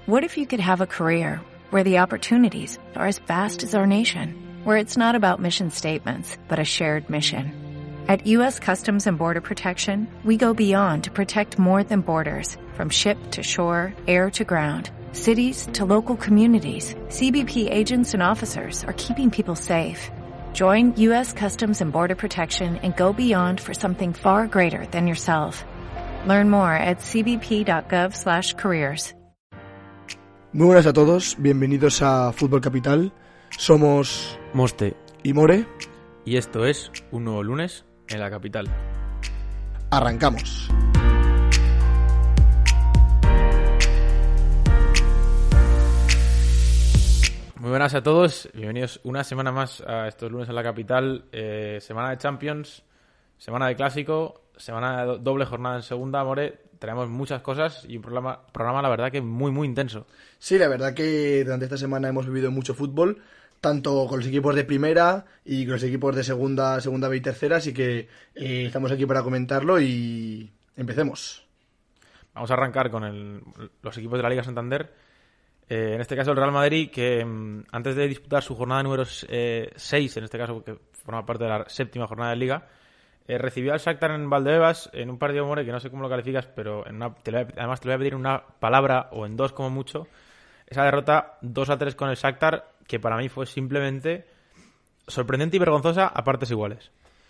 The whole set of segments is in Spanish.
What if you could have a career where the opportunities are as vast as our nation, where it's not about mission statements, but a shared mission? At U.S. Customs and Border Protection, we go beyond to protect more than borders, from ship to shore, air to ground, cities to local communities. CBP agents and officers are keeping people safe. Join U.S. Customs and Border Protection and go beyond for something far greater than yourself. Learn more at cbp.gov/careers. Muy buenas a todos, bienvenidos a Fútbol Capital. Somos Moste y More. Y esto es un nuevo lunes en la capital. Arrancamos. Muy buenas a todos, bienvenidos una semana más a estos lunes en la capital. Semana de Champions, semana de Clásico, semana de doble jornada en segunda, More. Tenemos muchas cosas y un programa la verdad que muy intenso. Sí, la verdad que durante esta semana hemos vivido mucho fútbol, tanto con los equipos de primera y con los equipos de segunda B y tercera, así que estamos aquí para comentarlo y empecemos. Vamos a arrancar con los equipos de la Liga Santander. En este caso el Real Madrid, que antes de disputar su jornada número 6, en este caso que forma parte de la séptima jornada de Liga, recibió al Shakhtar en Valdebebas en un partido, More, que no sé cómo lo calificas, pero además te lo voy a pedir en una palabra o en dos como mucho. Esa derrota 2-3 con el Shakhtar, que para mí fue simplemente sorprendente y vergonzosa a partes iguales.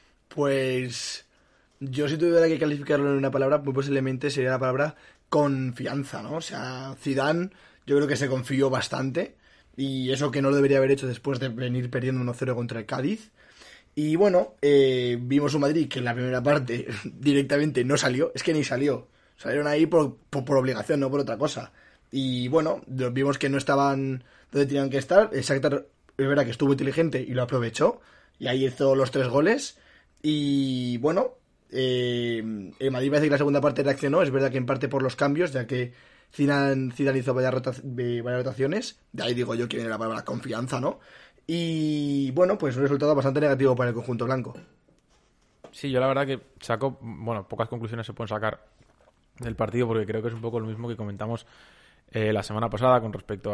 Pues yo, si tuviera que calificarlo en una palabra, muy posiblemente sería la palabra confianza, ¿no? O sea, Zidane yo creo que se confió bastante, y eso que no lo debería haber hecho después de venir perdiendo 1-0 contra el Cádiz. Y bueno, vimos un Madrid que en la primera parte directamente no salió, es que ni salió, salieron ahí por obligación, no por otra cosa. Y bueno, vimos que no estaban donde tenían que estar. El Shakhtar es verdad que estuvo inteligente y lo aprovechó, y ahí hizo los 3 goles. Y bueno, el Madrid parece que la segunda parte reaccionó, es verdad que en parte por los cambios, ya que Zidane hizo varias rotaciones. De ahí digo yo que viene la palabra confianza, ¿no? Y bueno, pues un resultado bastante negativo para el conjunto blanco. Sí, yo la verdad que saco, pocas conclusiones se pueden sacar del partido, porque creo que es un poco lo mismo que comentamos la semana pasada con respecto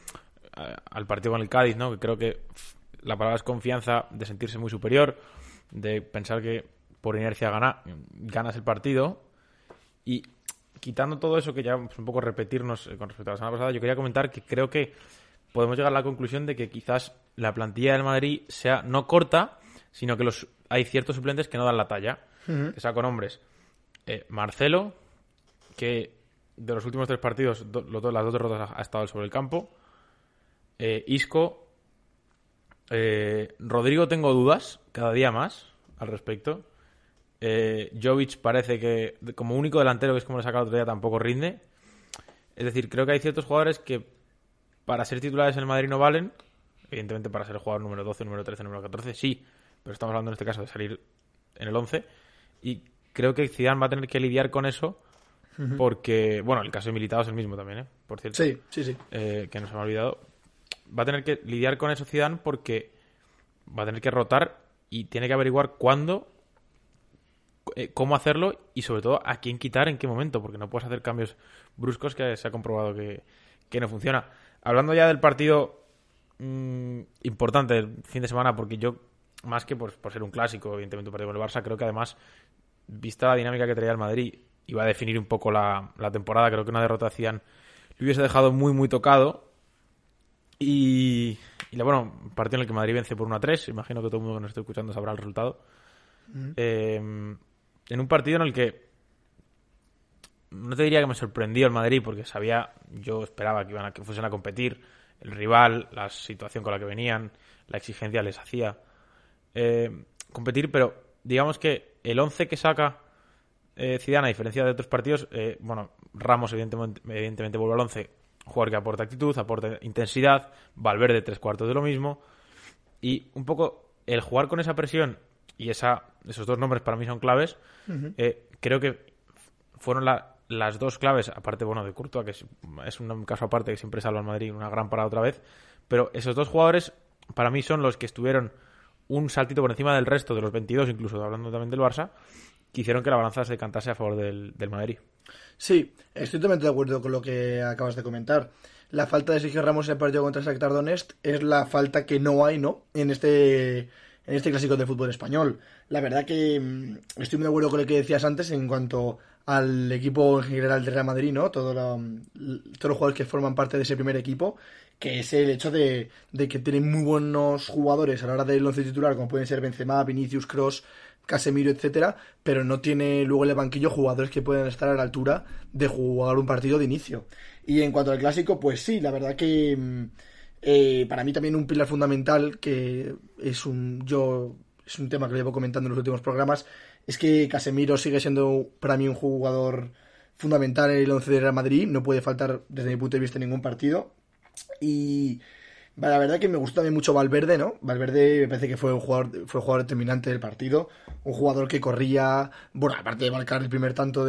al partido con el Cádiz, ¿no? Que creo que la palabra es confianza, de sentirse muy superior, de pensar que por inercia ganas el partido. Y quitando todo eso, que ya pues, un poco repetirnos con respecto a la semana pasada, yo quería comentar que creo que podemos llegar a la conclusión de que quizás la plantilla del Madrid sea no corta, sino que hay ciertos suplentes que no dan la talla. Uh-huh. Que sea con hombres. Marcelo, que de los últimos 3 partidos, las 2 derrotas ha estado sobre el campo. Isco. Rodrigo, tengo dudas cada día más al respecto. Jovic parece que como único delantero, que es como le saca el otro día, tampoco rinde. Es decir, creo que hay ciertos jugadores que para ser titulares en el Madrid no valen. Evidentemente para ser el jugador número 12, número 13, número 14, sí. Pero estamos hablando en este caso de salir en el 11. Y creo que Zidane va a tener que lidiar con eso. Uh-huh. Porque, el caso de Militao es el mismo también, por cierto. Sí. Que no se me ha olvidado. Va a tener que lidiar con eso Zidane, porque va a tener que rotar y tiene que averiguar cuándo, cómo hacerlo y sobre todo a quién quitar en qué momento, porque no puedes hacer cambios bruscos, que se ha comprobado que no funciona. Hablando ya del partido importante del fin de semana, porque yo, más que por ser un clásico, evidentemente un partido con el Barça, creo que además, vista la dinámica que traía el Madrid, iba a definir un poco la temporada. Creo que una derrota de Zidane le hubiese dejado muy tocado. Y partido en el que Madrid vence por 1-3. Imagino que todo el mundo que nos esté escuchando sabrá el resultado. Uh-huh. En un partido en el que no te diría que me sorprendió el Madrid, porque yo esperaba que fuesen a competir. El rival, la situación con la que venían, la exigencia les hacía competir, pero digamos que el 11 que saca Zidane, a diferencia de otros partidos, Ramos evidentemente vuelve al 11, jugador que aporta actitud, aporta intensidad, Valverde 3/4 de lo mismo, y un poco el jugar con esa presión y esos 2 nombres para mí son claves. Uh-huh. Creo que fueron las 2 claves, aparte de Courtois, que es un caso aparte, que siempre salva al Madrid, una gran parada otra vez, pero esos 2 jugadores para mí son los que estuvieron un saltito por encima del resto de los 22, incluso hablando también del Barça, que hicieron que la balanza se decantase a favor del Madrid. Sí, estoy totalmente de acuerdo con lo que acabas de comentar. La falta de Sergio Ramos en el partido contra Shakhtar Donetsk es la falta que no hay, ¿no? En este clásico de fútbol español. La verdad que estoy muy de acuerdo con lo que decías antes en cuanto al equipo en general de Real Madrid, ¿no? Todos los jugadores que forman parte de ese primer equipo, que es el hecho de que tienen muy buenos jugadores a la hora del once titular, como pueden ser Benzema, Vinicius, Kroos, Casemiro, etcétera, pero no tiene luego en el banquillo jugadores que puedan estar a la altura de jugar un partido de inicio. Y en cuanto al clásico, pues sí, la verdad que para mí también un pilar fundamental, que es un tema que llevo comentando en los últimos programas, es que Casemiro sigue siendo para mí un jugador fundamental en el 11 de Real Madrid, no puede faltar desde mi punto de vista en ningún partido. Y la verdad que me gusta también mucho Valverde, ¿no? Valverde me parece que fue un jugador determinante del partido, un jugador que corría, bueno, aparte de marcar el primer tanto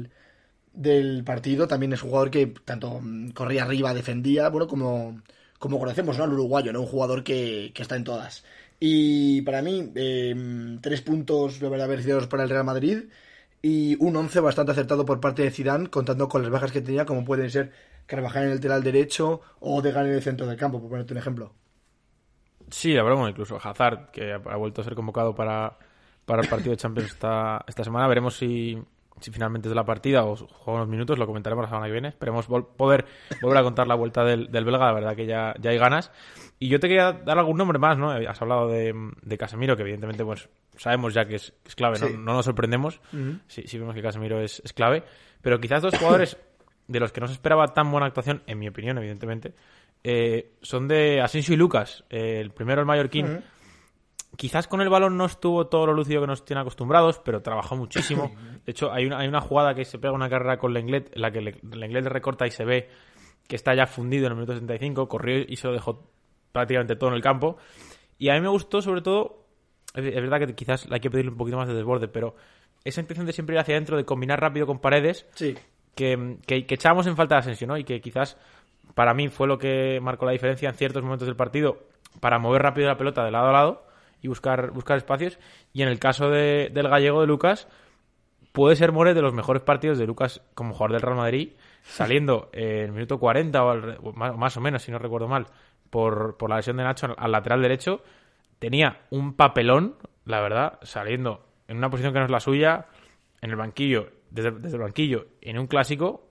del partido, también es un jugador que tanto corría arriba, defendía, bueno, como conocemos, ¿no? Al uruguayo, ¿no? Un jugador que está en todas. Y para mí, 3 puntos, la verdad, merecidos para el Real Madrid y un 11 bastante acertado por parte de Zidane, contando con las bajas que tenía, como pueden ser Carvajal en el lateral derecho o Odegaard en el centro del campo, por ponerte un ejemplo. Sí, la verdad, bueno, incluso Hazard, que ha vuelto a ser convocado para el partido de Champions esta semana. Veremos si finalmente es de la partida o juega unos minutos, lo comentaremos la semana que viene. Esperemos poder volver a contar la vuelta del belga, la verdad que ya hay ganas. Y yo te quería dar algún nombre más, ¿no? Has hablado de Casemiro, que evidentemente pues sabemos ya que es clave, ¿no? Sí. No nos sorprendemos si vemos que Casemiro es clave. Pero quizás dos jugadores de los que no se esperaba tan buena actuación, en mi opinión, evidentemente, son de Asensio y Lucas. El primero, el mallorquín. Quizás con el balón no estuvo todo lo lúcido que nos tiene acostumbrados, pero trabajó muchísimo. De hecho, hay una jugada que se pega una carrera con Lenglet, en la que Lenglet le recorta y se ve que está ya fundido en el minuto 75, corrió y se lo dejó prácticamente todo en el campo. Y a mí me gustó, sobre todo, es verdad que quizás hay que pedirle un poquito más de desborde, pero esa intención de siempre ir hacia adentro, de combinar rápido con Paredes, Sí. que echábamos en falta de Asensio, ¿no? Y que quizás para mí fue lo que marcó la diferencia en ciertos momentos del partido para mover rápido la pelota de lado a lado y buscar espacios. Y en el caso del gallego, de Lucas, puede ser More de los mejores partidos de Lucas como jugador del Real Madrid, saliendo en el minuto 40 o más o menos, si no recuerdo mal, por la lesión de Nacho al lateral derecho. Tenía un papelón, la verdad, saliendo en una posición que no es la suya, en el banquillo, desde el banquillo, en un clásico,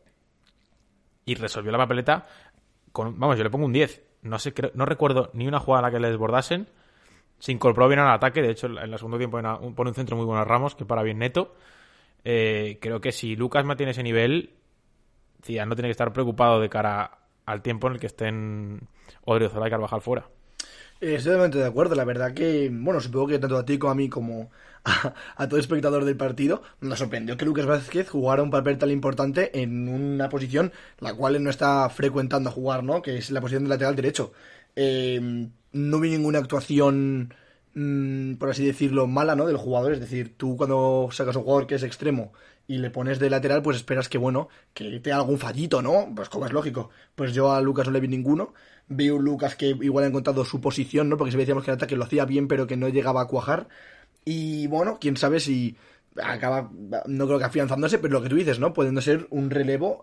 y resolvió la papeleta vamos, yo le pongo un 10. No recuerdo ni una jugada en la que le desbordasen. Se incorporó bien al ataque. De hecho, en el segundo tiempo pone un centro muy bueno a Ramos, que para bien Neto. Creo que si Lucas mantiene ese nivel, Zidane no tiene que estar preocupado de cara al tiempo en el que estén Odriozola y Carvajal fuera. Estoy totalmente de acuerdo. La verdad que, bueno, supongo que tanto a ti como a mí como a todo espectador del partido, nos sorprendió que Lucas Vázquez jugara un papel tan importante en una posición la cual él no está frecuentando a jugar, ¿no? Que es la posición de lateral derecho. No vi ninguna actuación, por así decirlo, mala, ¿no? Del jugador. Es decir, tú cuando sacas a un jugador que es extremo y le pones de lateral, pues esperas que, bueno, que te haga algún fallito, ¿no? Pues como es lógico. Pues yo a Lucas no le vi ninguno. Vi un Lucas que igual ha encontrado su posición, ¿no? Porque decíamos que el ataque lo hacía bien, pero que no llegaba a cuajar. Y bueno, quién sabe si acaba, no creo que afianzándose, pero lo que tú dices, ¿no? Pudiendo ser un relevo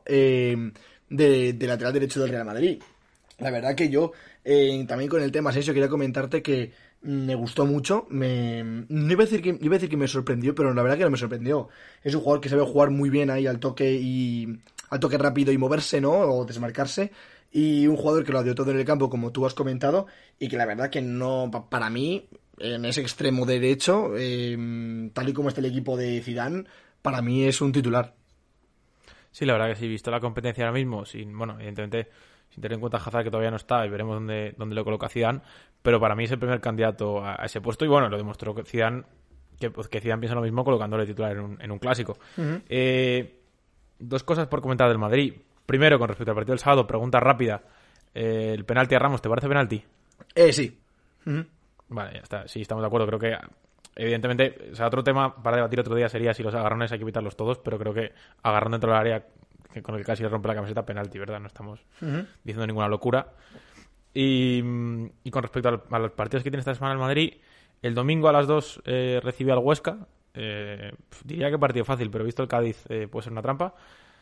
de lateral derecho del Real Madrid. La verdad que yo, también con el tema Asensio, quería comentarte que me gustó mucho. No iba a decir que me sorprendió, pero la verdad que no me sorprendió. Es un jugador que sabe jugar muy bien ahí al toque rápido y moverse, ¿no? O desmarcarse. Y un jugador que lo dio todo en el campo, como tú has comentado, y que la verdad que no, para mí, en ese extremo derecho, tal y como está el equipo de Zidane, para mí es un titular. Sí, la verdad que sí, visto la competencia ahora mismo, evidentemente, sin tener en cuenta Hazard, que todavía no está, y veremos dónde lo coloca Zidane, pero para mí es el primer candidato a ese puesto, y bueno, lo demostró que Zidane piensa lo mismo colocándole titular en un clásico. Uh-huh. Dos cosas por comentar del Madrid. Primero, con respecto al partido del sábado, pregunta rápida. ¿El penalti a Ramos te parece penalti? Sí. Uh-huh. Vale, ya está. Sí, estamos de acuerdo. Creo que, evidentemente, o sea, otro tema para debatir otro día sería si los agarrones hay que evitarlos todos, pero creo que agarrón dentro del área, que con el que casi le rompe la camiseta, penalti, ¿verdad? No estamos diciendo ninguna locura. Y con respecto a los partidos que tiene esta semana el Madrid, el domingo a las 2 recibe al Huesca. Diría que partido fácil, pero visto el Cádiz puede ser una trampa.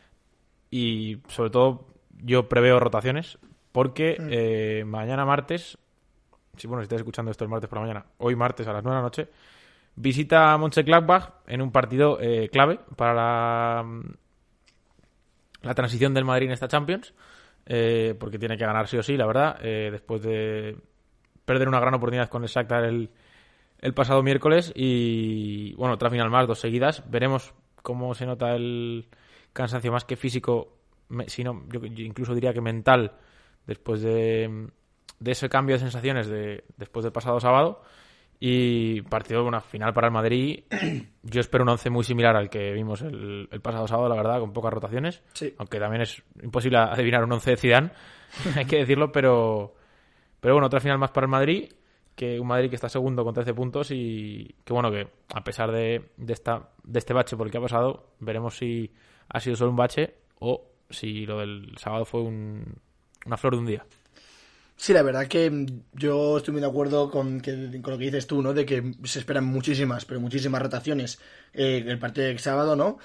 y sobre todo yo preveo rotaciones porque mañana martes, si estáis escuchando esto el martes por la mañana, hoy martes a las 9 de la noche, visita a Mönchengladbach en un partido clave para la transición del Madrid en esta Champions, porque tiene que ganar sí o sí, la verdad, después de perder una gran oportunidad con el Shakhtar el pasado miércoles y, otra final más, 2 seguidas. Veremos cómo se nota el cansancio más que físico, sino yo incluso diría que mental, después de ese cambio de sensaciones después del pasado sábado. Y partido de una final para el Madrid. Yo espero un 11 muy similar al que vimos el pasado sábado, la verdad, con pocas rotaciones. Sí. Aunque también es imposible adivinar un 11 de Zidane, hay que decirlo, pero otra final más para el Madrid, que un Madrid que está segundo con 13 puntos y que a pesar de este bache por el que ha pasado, veremos si ha sido solo un bache o si lo del sábado fue una flor de un día. Sí, la verdad que yo estoy muy de acuerdo con lo que dices tú, ¿no? De que se esperan muchísimas rotaciones el partido del sábado, ¿no?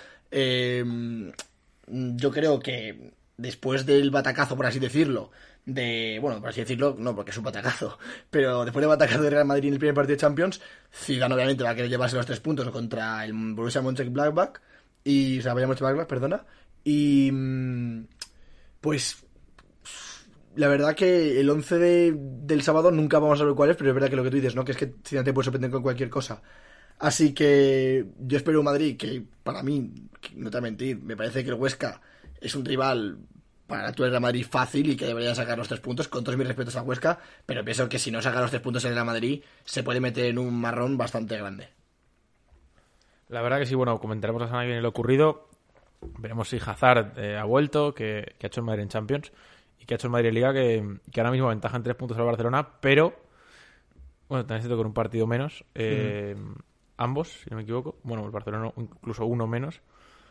Yo creo que después del batacazo, por así decirlo, por así decirlo, no, porque es un batacazo, pero después del batacazo de Real Madrid en el primer partido de Champions, Zidane obviamente va a querer llevarse los 3 puntos contra el Borussia Mönchengladbach Bayern Mönchengladbach, perdona, y pues la verdad que el 11 del sábado nunca vamos a ver cuál es, pero es verdad que lo que tú dices, ¿no? Que es que Zidane te puede sorprender con cualquier cosa. Así que yo espero un Madrid que, para mí, no te voy a mentir, me parece que el Huesca es un rival para tu Real Madrid fácil y que debería sacar los 3 puntos, con todos mis respetos a Huesca, pero pienso que si no saca los 3 puntos en el Real Madrid, se puede meter en un marrón bastante grande. La verdad que sí, comentaremos la semana que viene lo ocurrido. Veremos si Hazard ha vuelto, que ha hecho el Madrid en Champions y que ha hecho el Madrid en Liga, que ahora mismo ventaja en 3 puntos al Barcelona, pero también es cierto con un partido menos, ambos, si no me equivoco, el Barcelona incluso uno menos,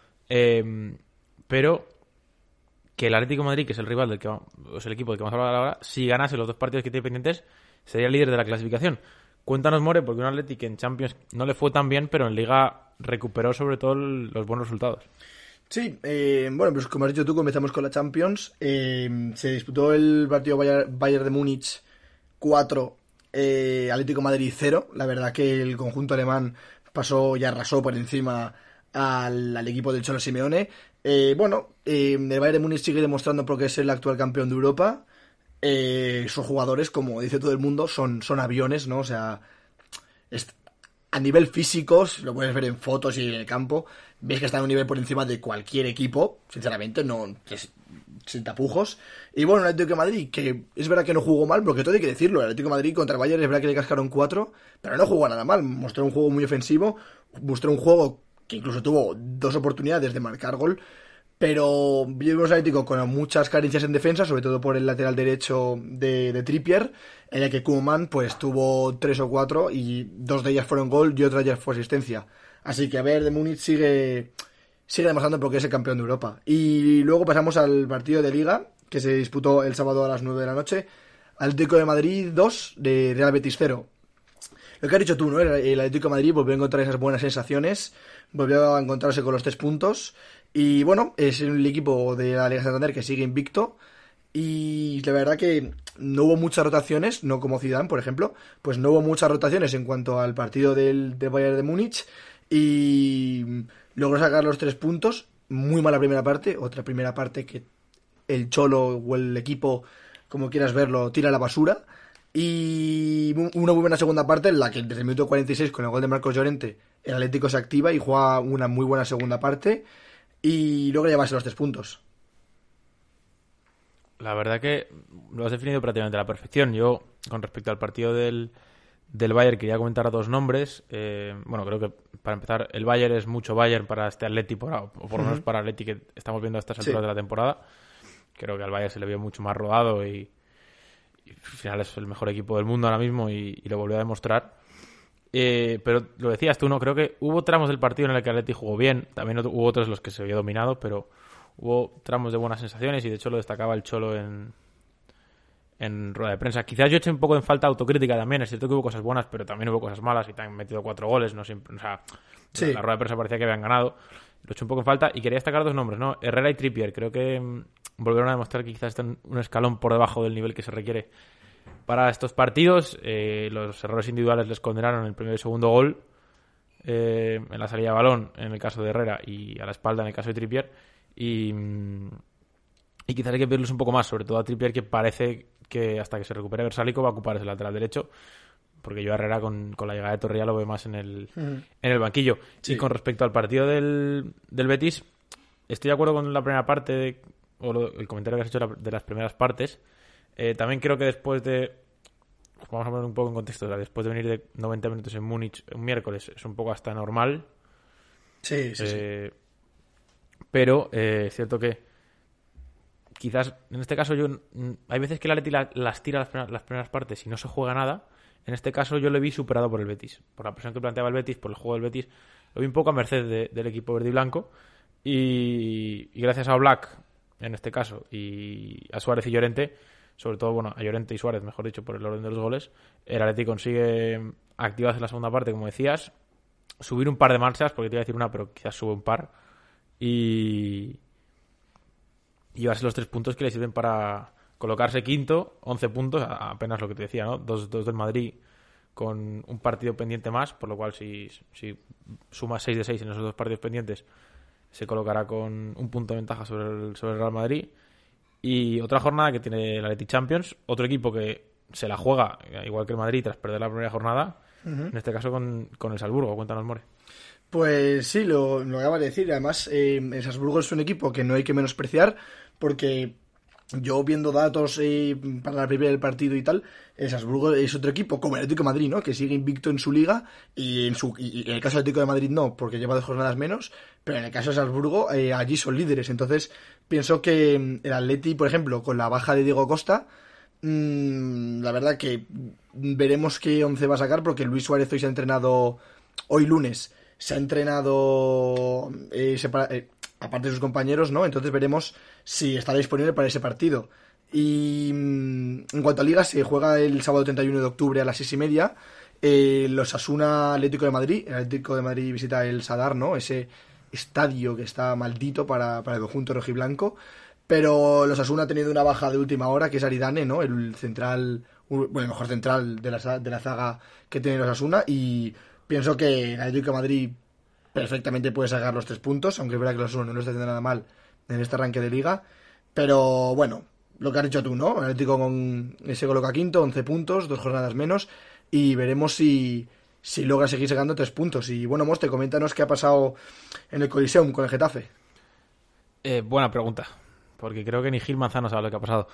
pero que el Atlético de Madrid, que es el rival es el equipo del que vamos a hablar ahora, si ganase los 2 partidos que tiene pendientes, sería el líder de la clasificación. Cuéntanos, More, porque un Atlético en Champions no le fue tan bien, pero en Liga recuperó sobre todo los buenos resultados. Sí, pues como has dicho tú, comenzamos con la Champions. Se disputó el partido Bayern de Múnich 4, Atlético de Madrid 0. La verdad que el conjunto alemán pasó y arrasó por encima al equipo del Cholo Simeone. El Bayern de Múnich sigue demostrando por qué es el actual campeón de Europa. Sus jugadores, como dice todo el mundo, son aviones, ¿no? O sea, a nivel físico, lo puedes ver en fotos y en el campo, ves que están a un nivel por encima de cualquier equipo, sinceramente, no sin tapujos. Y el Atlético de Madrid, que es verdad que no jugó mal, porque todo hay que decirlo, el Atlético de Madrid contra el Bayern es verdad que le cascaron 4, pero no jugó nada mal, mostró un juego muy ofensivo, mostró un juego que incluso tuvo 2 oportunidades de marcar gol, pero vimos al Atlético con muchas carencias en defensa, sobre todo por el lateral derecho de Trippier, en el que Koeman pues tuvo 3 o 4 y 2 de ellas fueron gol y otra de ellas fue asistencia. Así que a ver, de Múnich sigue demostrando por qué es el campeón de Europa. Y luego pasamos al partido de Liga, que se disputó el sábado a las 9 de la noche. Atlético de Madrid 2, de Real Betis 0. Lo que has dicho tú, ¿no? El Atlético de Madrid volvió a encontrar esas buenas sensaciones, volvió a encontrarse con los 3 puntos. Y es el equipo de la Liga Santander que sigue invicto. Y la verdad que no hubo muchas rotaciones, no como Zidane, por ejemplo, pues no hubo muchas rotaciones en cuanto al partido de Bayern de Múnich. Y logró sacar los 3 puntos. Muy mala primera parte, otra primera parte que el Cholo o el equipo, como quieras verlo, tira a la basura. Y una muy buena segunda parte en la que desde el minuto 46 con el gol de Marcos Llorente el Atlético se activa y juega una muy buena segunda parte y logra llevarse los 3 puntos. La verdad que lo has definido prácticamente a la perfección. Yo, con respecto al partido del Bayern, quería comentar 2 nombres. Creo que para empezar, el Bayern es mucho Bayern para este Atleti, o por lo menos para Atleti que estamos viendo a estas alturas de la temporada. Creo que al Bayern se le vio mucho más rodado y al final es el mejor equipo del mundo ahora mismo y lo volvió a demostrar. Pero lo decías tú, ¿no? Creo que hubo tramos del partido en el que Atleti jugó bien. También hubo otros en los que se vio dominado, pero hubo tramos de buenas sensaciones y de hecho lo destacaba el Cholo en en rueda de prensa. Quizás yo eché un poco en falta autocrítica también. Es cierto que hubo cosas buenas, pero también hubo cosas malas y también han metido 4 goles. No siempre, o sea, Sí. la rueda de prensa parecía que habían ganado. Lo eché un poco en falta y quería destacar 2 nombres, ¿no? Herrera y Trippier. Creo que volvieron a demostrar que quizás están un escalón por debajo del nivel que se requiere para estos partidos. Los errores individuales les condenaron el primer y segundo gol. En la salida de balón en el caso de Herrera y a la espalda en el caso de Trippier. Y quizás hay que pedirles un poco más, sobre todo a Trippier, que parece que hasta que se recupere Versálico va a ocupar ese lateral derecho, porque yo a Herrera con la llegada de Torreira lo veo más en el banquillo. Sí. Y con respecto al partido del Betis, estoy de acuerdo con la primera parte el comentario que has hecho de las primeras partes. También creo que después de, vamos a poner un poco en contexto, o sea, después de venir de 90 minutos en Múnich un miércoles, es un poco hasta normal. Sí. Pero es cierto que quizás en este caso hay veces que el Atleti las tira las primeras partes y no se juega nada. En este caso yo lo vi superado por el Betis, por la presión que planteaba el Betis, por el juego del Betis. Lo vi un poco a merced del equipo verde y blanco, y gracias a Oblak en este caso y a Suárez y Llorente, sobre todo, bueno, a Llorente y Suárez, mejor dicho, por el orden de los goles, el Atleti consigue activarse en la segunda parte, como decías, subir un par de marchas, porque te iba a decir una, pero quizás sube un par, y llevarse los 3 puntos que le sirven para colocarse quinto, 11 puntos, apenas lo que te decía, ¿no? 2 del Madrid con un partido pendiente más, por lo cual si suma 6 de 6 en esos 2 partidos pendientes, se colocará con un punto de ventaja sobre el Real Madrid. Y otra jornada que tiene el Athletic Champions, otro equipo que se la juega, igual que el Madrid, tras perder la primera jornada, en este caso con el Salzburgo. Cuéntanos, More. Pues sí, lo acabas de decir. Además, el Salzburgo es un equipo que no hay que menospreciar, porque yo viendo datos para la previa del partido y tal, el Salzburgo es otro equipo como el Atlético de Madrid, ¿no? Que sigue invicto en su liga, y en el caso del Atlético de Madrid no, porque lleva 2 jornadas menos, pero en el caso de Salzburgo allí son líderes. Entonces pienso que el Atleti, por ejemplo, con la baja de Diego Costa, la verdad que veremos qué 11 va a sacar, porque Luis Suárez hoy se ha entrenado, hoy lunes se ha entrenado aparte de sus compañeros, ¿no? Entonces veremos si estará disponible para ese partido. Y en cuanto a Liga, se juega el sábado 31 de octubre a las 6:30. Los Osasuna Atlético de Madrid. El Atlético de Madrid visita el Sadar, ¿no? Ese estadio que está maldito para el conjunto rojiblanco. Pero los Osasuna ha tenido una baja de última hora, que es Aridane, ¿no? El central, bueno, el mejor central de la zaga que tiene los Osasuna. Y pienso que el Atlético de Madrid perfectamente puede sacar los 3 puntos, aunque es verdad que los Osasuna no está haciendo nada mal en este arranque de Liga. Pero bueno, lo que has dicho tú, ¿no? El Atlético se coloca quinto, 11 puntos, 2 jornadas menos, y veremos si logra seguir sacando 3 puntos. Y bueno, Moste, coméntanos qué ha pasado en el Coliseum con el Getafe. Buena pregunta, porque creo que ni Gil Manzano sabe lo que ha pasado.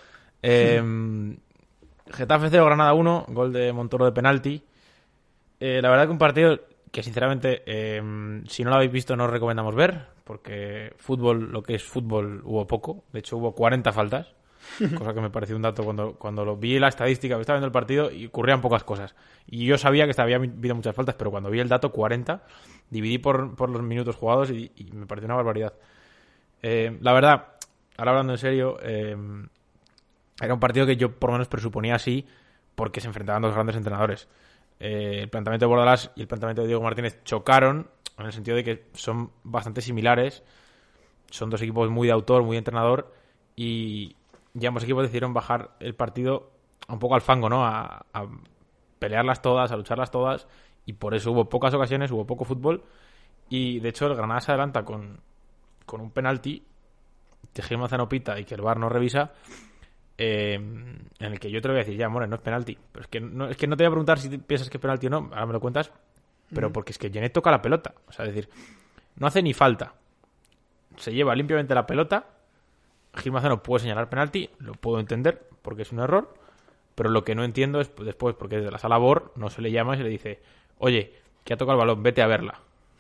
Getafe 0, Granada 1, gol de Montoro de penalti. La verdad que un partido que sinceramente, si no lo habéis visto, no os recomendamos ver, porque fútbol, lo que es fútbol, hubo poco. De hecho, hubo 40 faltas, cosa que me pareció un dato cuando lo vi la estadística, estaba viendo el partido y ocurrían pocas cosas. Y yo sabía que había habido muchas faltas, pero cuando vi el dato 40, dividí por los minutos jugados y me pareció una barbaridad. La verdad, ahora hablando en serio, era un partido que yo por lo menos presuponía así, porque se enfrentaban 2 grandes entrenadores. El planteamiento de Bordalás y el planteamiento de Diego Martínez chocaron, en el sentido de que son bastante similares. Son 2 equipos muy de autor, muy de entrenador, y ambos equipos decidieron bajar el partido un poco al fango, ¿no? A pelearlas todas, a lucharlas todas, y por eso hubo pocas ocasiones, hubo poco fútbol. Y de hecho el Granada se adelanta con un penalti que Gil Manzano pita y que el VAR no revisa, en el que yo te lo voy a decir, ya, More, no es penalti, pero es que no te voy a preguntar si piensas que es penalti o no, ahora me lo cuentas, pero porque es que Genet toca la pelota, o sea, es decir, no hace ni falta, se lleva limpiamente la pelota. Gil Manzano puede señalar penalti, lo puedo entender porque es un error, pero lo que no entiendo es después, porque desde la sala VAR no se le llama y se le dice, oye, que ha tocado el balón, vete a verla.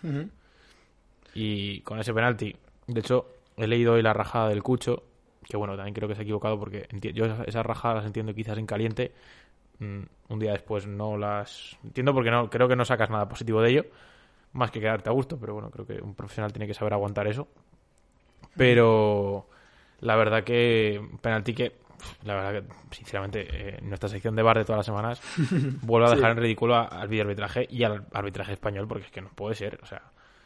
Y con ese penalti, de hecho, he leído hoy la rajada del Cucho, que bueno, también creo que se ha equivocado, porque yo esas rajadas las entiendo quizás en caliente, un día después no las entiendo, porque no creo que no sacas nada positivo de ello, más que quedarte a gusto, pero bueno, creo que un profesional tiene que saber aguantar eso. Pero la verdad que un penalti que la verdad que, sinceramente, nuestra sección de VAR de todas las semanas vuelve a dejar en ridículo al videoarbitraje y al arbitraje español, porque es que no puede ser, o sea,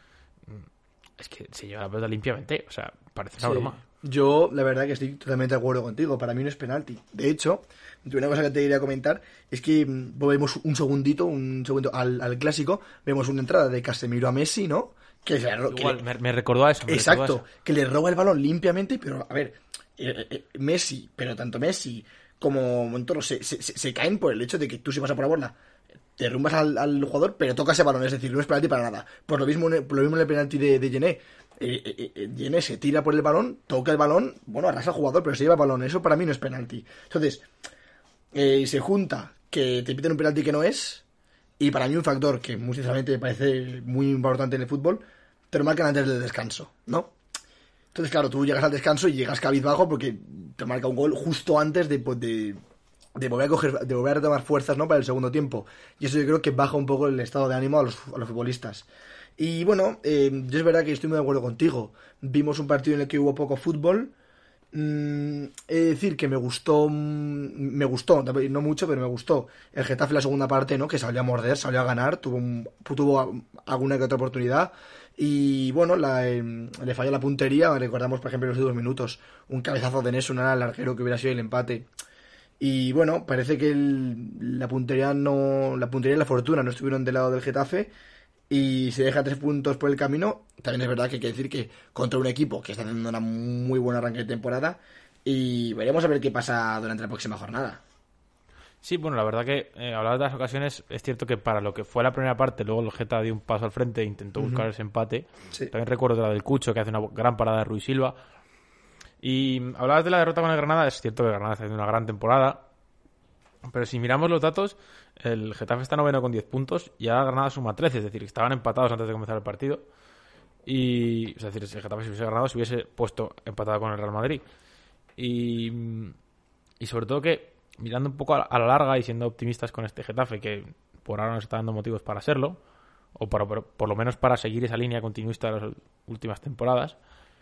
es que se lleva la pelota limpiamente, o sea, parece una broma. Yo, la verdad que estoy totalmente de acuerdo contigo, para mí no es penalti. De hecho, una cosa que te quería comentar es que volvemos un segundo al clásico, vemos una entrada de Casemiro a Messi, ¿no? Igual, me recordó a eso. Exacto, que le roba el balón limpiamente, pero a ver, Messi, pero tanto Messi como Montoro se caen por el hecho de que tú, si vas a por la bola, te derrumbas al jugador, pero tocas ese balón, es decir, no es penalti para nada. Por lo mismo en el penalti de Gené. Gené se tira por el balón, toca el balón, bueno, arrasa al jugador, pero se lleva el balón. Eso para mí no es penalti. Entonces, se junta que te piten un penalti que no es, y para mí un factor que muy sinceramente me parece muy importante en el fútbol, te lo marcan antes del descanso, ¿no? Entonces, claro, tú llegas al descanso y llegas cabizbajo porque te marca un gol justo antes de volver a retomar fuerzas, ¿no? Para el segundo tiempo. Y eso yo creo que baja un poco el estado de ánimo a los futbolistas. Y bueno, yo es verdad que estoy muy de acuerdo contigo. Vimos un partido en el que hubo poco fútbol. Es decir, que me gustó, no mucho, pero me gustó el Getafe en la segunda parte, ¿no? Que salió a morder, salió a ganar, tuvo alguna que otra oportunidad. Y bueno, le falló la puntería. Recordamos, por ejemplo, en los últimos minutos, un cabezazo de Nesun al larguero que hubiera sido el empate. Y bueno, parece que la puntería y la fortuna no estuvieron del lado del Getafe y se deja 3 puntos por el camino. También es verdad que hay que decir que contra un equipo que está haciendo una muy buena arranque de temporada, y veremos a ver qué pasa durante la próxima jornada. Sí, bueno, la verdad que hablando de las ocasiones, es cierto que para lo que fue la primera parte, luego el Geta dio un paso al frente e intentó buscar ese empate. Sí. También recuerdo la del Cucho, que hace una gran parada de Ruiz Silva. Y hablabas de la derrota con el Granada. Es cierto que el Granada está haciendo una gran temporada, pero si miramos los datos, el Getafe está noveno con 10 puntos y ahora el Granada suma 13, es decir, estaban empatados antes de comenzar el partido. Y es decir, si el Getafe se hubiese ganado, se hubiese puesto empatado con el Real Madrid. Y sobre todo que, mirando un poco a la larga y siendo optimistas con este Getafe, que por ahora nos está dando motivos para serlo, o por lo menos para seguir esa línea continuista de las últimas temporadas,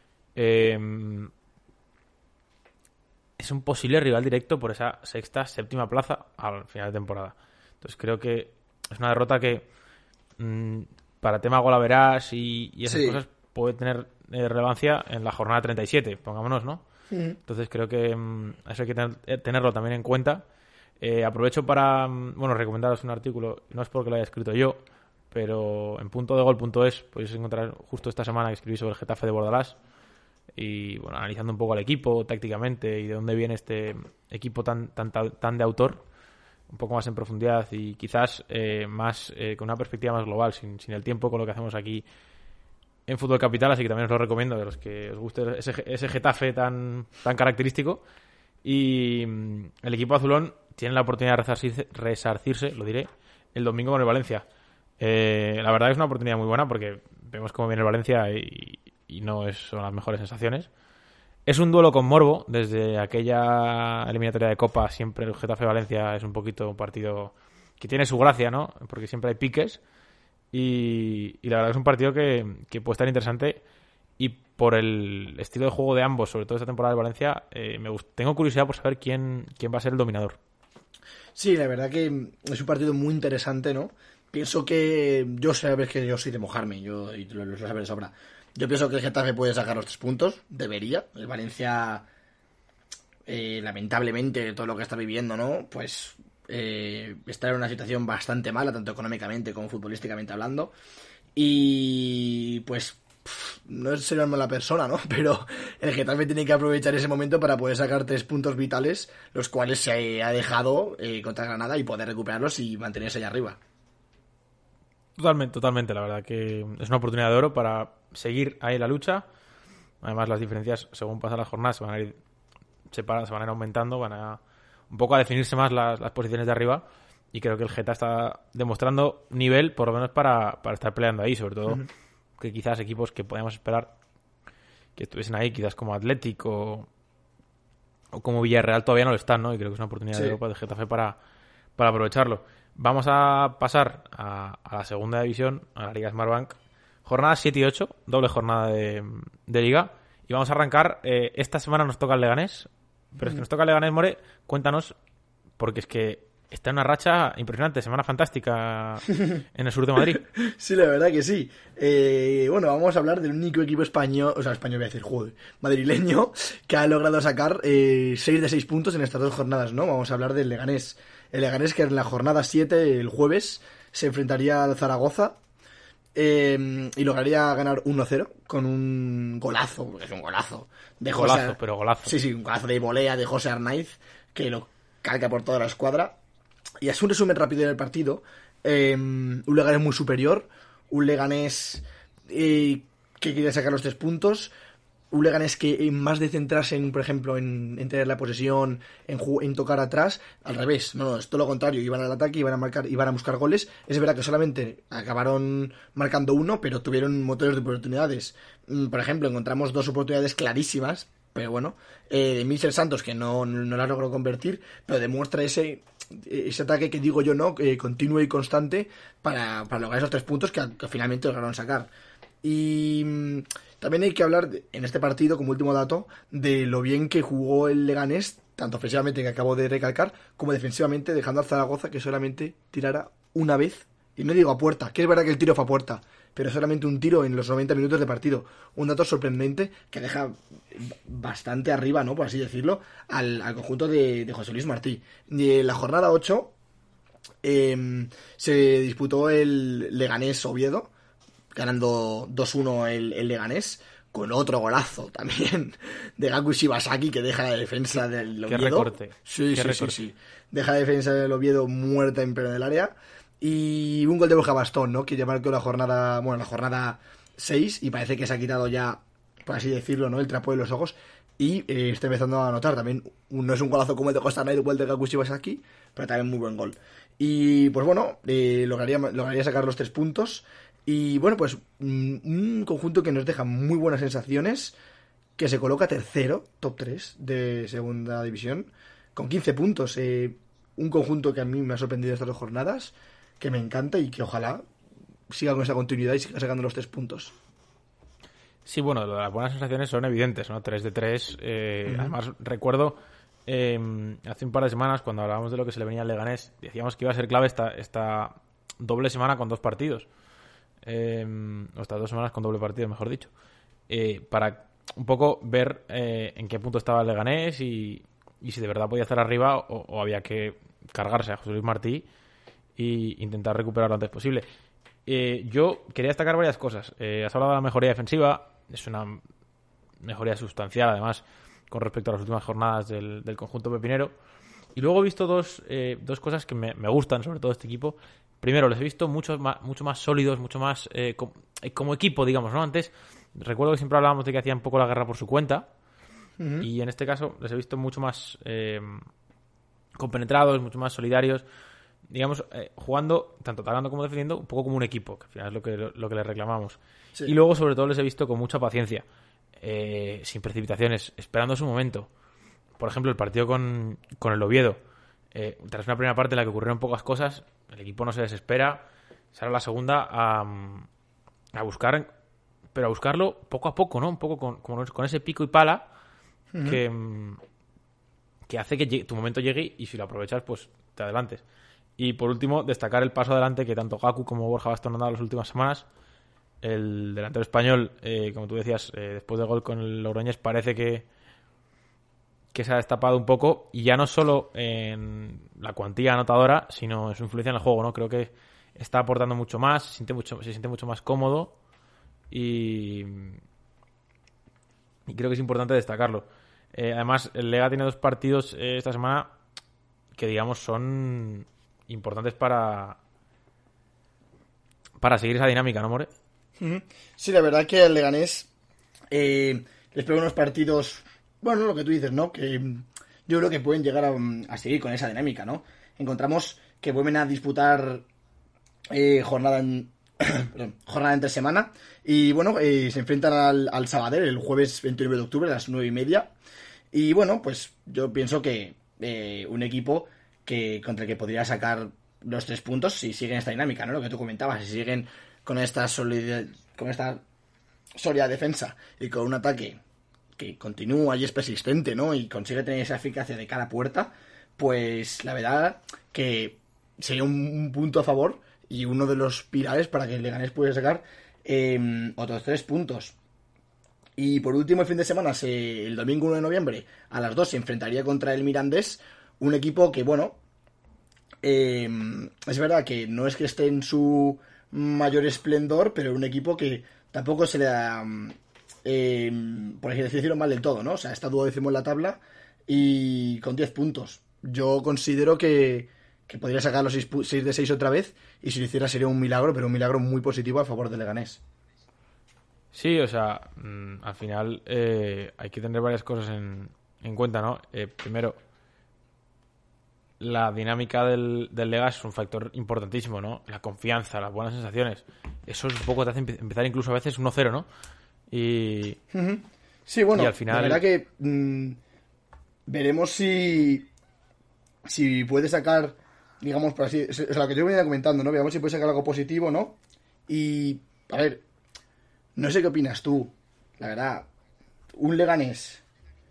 es un posible rival directo por esa séptima plaza al final de temporada. Entonces creo que es una derrota que para tema golaveras y esas cosas puede tener relevancia en la jornada 37, pongámonos, ¿no? Entonces creo que eso hay que tenerlo también en cuenta. Aprovecho para recomendaros un artículo, no es porque lo haya escrito yo, pero en puntodegol.es podéis encontrar justo esta semana que escribí sobre el Getafe de Bordalás. Y bueno, analizando un poco al equipo tácticamente y de dónde viene este equipo tan de autor, un poco más en profundidad y quizás más con una perspectiva más global, sin el tiempo con lo que hacemos aquí en Fútbol Capital, así que también os lo recomiendo de los que os guste ese Getafe tan característico. Y el equipo azulón tiene la oportunidad de resarcirse, lo diré, el domingo con el Valencia. La verdad es una oportunidad muy buena porque vemos cómo viene el Valencia y no son las mejores sensaciones. Es un duelo con morbo. Desde aquella eliminatoria de Copa siempre el Getafe-Valencia es un poquito un partido que tiene su gracia, ¿no? Porque siempre hay piques y la verdad es un partido que puede estar interesante, y por el estilo de juego de ambos, sobre todo esta temporada de Valencia, tengo curiosidad por saber quién va a ser el dominador. Sí, la verdad que es un partido muy interesante, ¿no? Pienso que sabes que yo soy de mojarme, y lo sabes de sobra. Yo pienso que el Getafe puede sacar los 3 puntos, debería. El Valencia, lamentablemente, todo lo que está viviendo, ¿no? Pues está en una situación bastante mala, tanto económicamente como futbolísticamente hablando. Y pues no es ser una mala persona, ¿no? Pero el Getafe tiene que aprovechar ese momento para poder sacar 3 puntos vitales, los cuales se ha dejado contra Granada, y poder recuperarlos y mantenerse allá arriba. Totalmente, la verdad que es una oportunidad de oro para seguir ahí en la lucha. Además, las diferencias, según pasan las jornadas, se van a ir aumentando, van a un poco a definirse más las posiciones de arriba, y creo que el Geta está demostrando nivel, por lo menos para estar peleando ahí, sobre todo que quizás equipos que podíamos esperar que estuviesen ahí, quizás como Atlético o como Villarreal, todavía no lo están, ¿no? Y creo que es una oportunidad de oro para el Getafe para aprovecharlo. Vamos a pasar a la segunda división, a la Liga Smartbank. Jornadas 7 y 8, doble jornada de Liga. Y vamos a arrancar. Esta semana nos toca el Leganés. Pero es que nos toca Leganés, More, cuéntanos, porque es que está en una racha impresionante, semana fantástica en el sur de Madrid. Sí, la verdad que sí. Bueno, vamos a hablar del único equipo español, o sea, español voy a decir, joder, madrileño, que ha logrado sacar 6 de 6 puntos en estas 2 jornadas, ¿no? Vamos a hablar del Leganés. El Leganés que en la jornada 7, el jueves, se enfrentaría al Zaragoza y lograría ganar 1-0 con un golazo, porque es un golazo. De Golazo, pero golazo. Sí, un golazo de volea de José Arnaiz, que lo carga por toda la escuadra. Y es un resumen rápido del partido. Un Leganés muy superior. Un Leganés que quería sacar los 3 puntos. Un Leganés que en más de centrarse en, por ejemplo, en tener la posesión, en tocar atrás, al revés, no, es todo lo contrario, iban al ataque, iban a buscar goles. Es verdad que solamente acabaron marcando 1, pero tuvieron motores de oportunidades. Por ejemplo, encontramos 2 oportunidades clarísimas, pero bueno, de Michel Santos, que no la logró convertir, pero demuestra ese ataque que digo yo, ¿no? Continuo y constante para lograr esos 3 puntos que finalmente lograron sacar. Y también hay que hablar en este partido, como último dato, de lo bien que jugó el Leganés, tanto ofensivamente, que acabo de recalcar, como defensivamente, dejando al Zaragoza que solamente tirara una vez, y no digo a puerta, que es verdad que el tiro fue a puerta, pero solamente un tiro en los 90 minutos de partido. Un dato sorprendente que deja bastante arriba, ¿no?, por así decirlo, al conjunto de José Luis Martí. Y en la jornada 8 se disputó el Leganés-Oviedo, ganando 2-1 el Leganés, con otro golazo también de Gaku Shibasaki, que deja la defensa del Oviedo. Qué recorte. Sí. Deja la defensa del Oviedo muerta en pleno del área. Y un gol de Borja Bastón, ¿no?, que ya marcó la jornada 6, y parece que se ha quitado ya, por así decirlo, ¿no?, el trapo de los ojos. Y está empezando a notar también, no es un golazo como el de Costa Rica o el de Gaku Shibasaki, pero también muy buen gol. Y pues bueno, lograría sacar los 3 puntos. Y bueno, pues un conjunto que nos deja muy buenas sensaciones, que se coloca tercero, top 3 de segunda división, con 15 puntos. Un conjunto que a mí me ha sorprendido estas 2 jornadas, que me encanta y que ojalá siga con esa continuidad y siga sacando los 3 puntos. Sí, bueno, las buenas sensaciones son evidentes, ¿no? 3 de 3. Además, recuerdo hace un par de semanas, cuando hablábamos de lo que se le venía al Leganés, decíamos que iba a ser clave esta doble semana con 2 partidos. O estas 2 semanas con doble partido, mejor dicho, para un poco ver en qué punto estaba el Leganés y si de verdad podía estar arriba o había que cargarse a José Luis Martí e intentar recuperar lo antes posible. Yo quería destacar varias cosas. Has hablado de la mejoría defensiva, es una mejoría sustancial además con respecto a las últimas jornadas del conjunto pepinero, y luego he visto dos cosas que me gustan sobre todo de este equipo. Primero, les he visto mucho más sólidos, mucho más como equipo, digamos, ¿no? Antes, recuerdo que siempre hablábamos de que hacían un poco la guerra por su cuenta, y en este caso les he visto mucho más compenetrados, mucho más solidarios, digamos, jugando, tanto atacando como defendiendo, un poco como un equipo, que al final es lo que les reclamamos. Sí. Y luego, sobre todo, les he visto con mucha paciencia, sin precipitaciones, esperando su momento. Por ejemplo, el partido con el Oviedo. Tras una primera parte en la que ocurrieron pocas cosas, el equipo no se desespera, sale a la segunda a buscar, pero a buscarlo poco a poco, ¿no? Un poco con ese pico y pala que hace que tu momento llegue y si lo aprovechas, pues te adelantes. Y por último, destacar el paso adelante que tanto Gaku como Borja Bastón han dado las últimas semanas. El delantero español, como tú decías, después del gol con el Logroñés, parece que se ha destapado un poco, y ya no solo en la cuantía anotadora, sino en su influencia en el juego, ¿no? Creo que está aportando mucho más, se siente mucho más cómodo y creo que es importante destacarlo. Además, el Lega tiene 2 partidos esta semana que, digamos, son importantes para seguir esa dinámica, ¿no, More? Sí, la verdad que el Leganés les pega unos partidos, bueno, lo que tú dices, ¿no? Que yo creo que pueden llegar a seguir con esa dinámica, ¿no? Encontramos que vuelven a disputar jornada entre semana, y bueno, se enfrentan al Sabadell el jueves 29 de octubre a las 9:30, y bueno, pues yo pienso que un equipo contra el que podría sacar los 3 puntos si siguen esta dinámica, ¿no? Lo que tú comentabas, si siguen con esta sólida defensa y con un ataque que continúa y es persistente, ¿no? Y consigue tener esa eficacia de cara a puerta, pues la verdad que sería un punto a favor y uno de los pilares para que el Leganés pueda sacar otros 3 puntos. Y por último, el fin de semana, el domingo 1 de noviembre, a las 2 se enfrentaría contra el Mirandés, un equipo que, bueno, es verdad que no es que esté en su mayor esplendor, pero un equipo que tampoco se le da, por así decirlo, mal del todo, ¿no? O sea, está 12º en la tabla y con 10 puntos. Yo considero que podría sacar los 6 de 6 otra vez, y si lo hiciera sería un milagro, pero un milagro muy positivo a favor del Leganés. Sí, o sea, al final hay que tener varias cosas en cuenta, ¿no? Primero, la dinámica del Legas es un factor importantísimo, ¿no? La confianza, las buenas sensaciones. Eso es un poco te hace empezar incluso a veces 1-0, ¿no? Y... Sí, bueno, y al final... la verdad que veremos si puede sacar, digamos, por así, es lo que yo venía comentando, ¿no? Veamos si puede sacar algo positivo, ¿no? Y, a ver, no sé qué opinas tú, la verdad, un Leganés,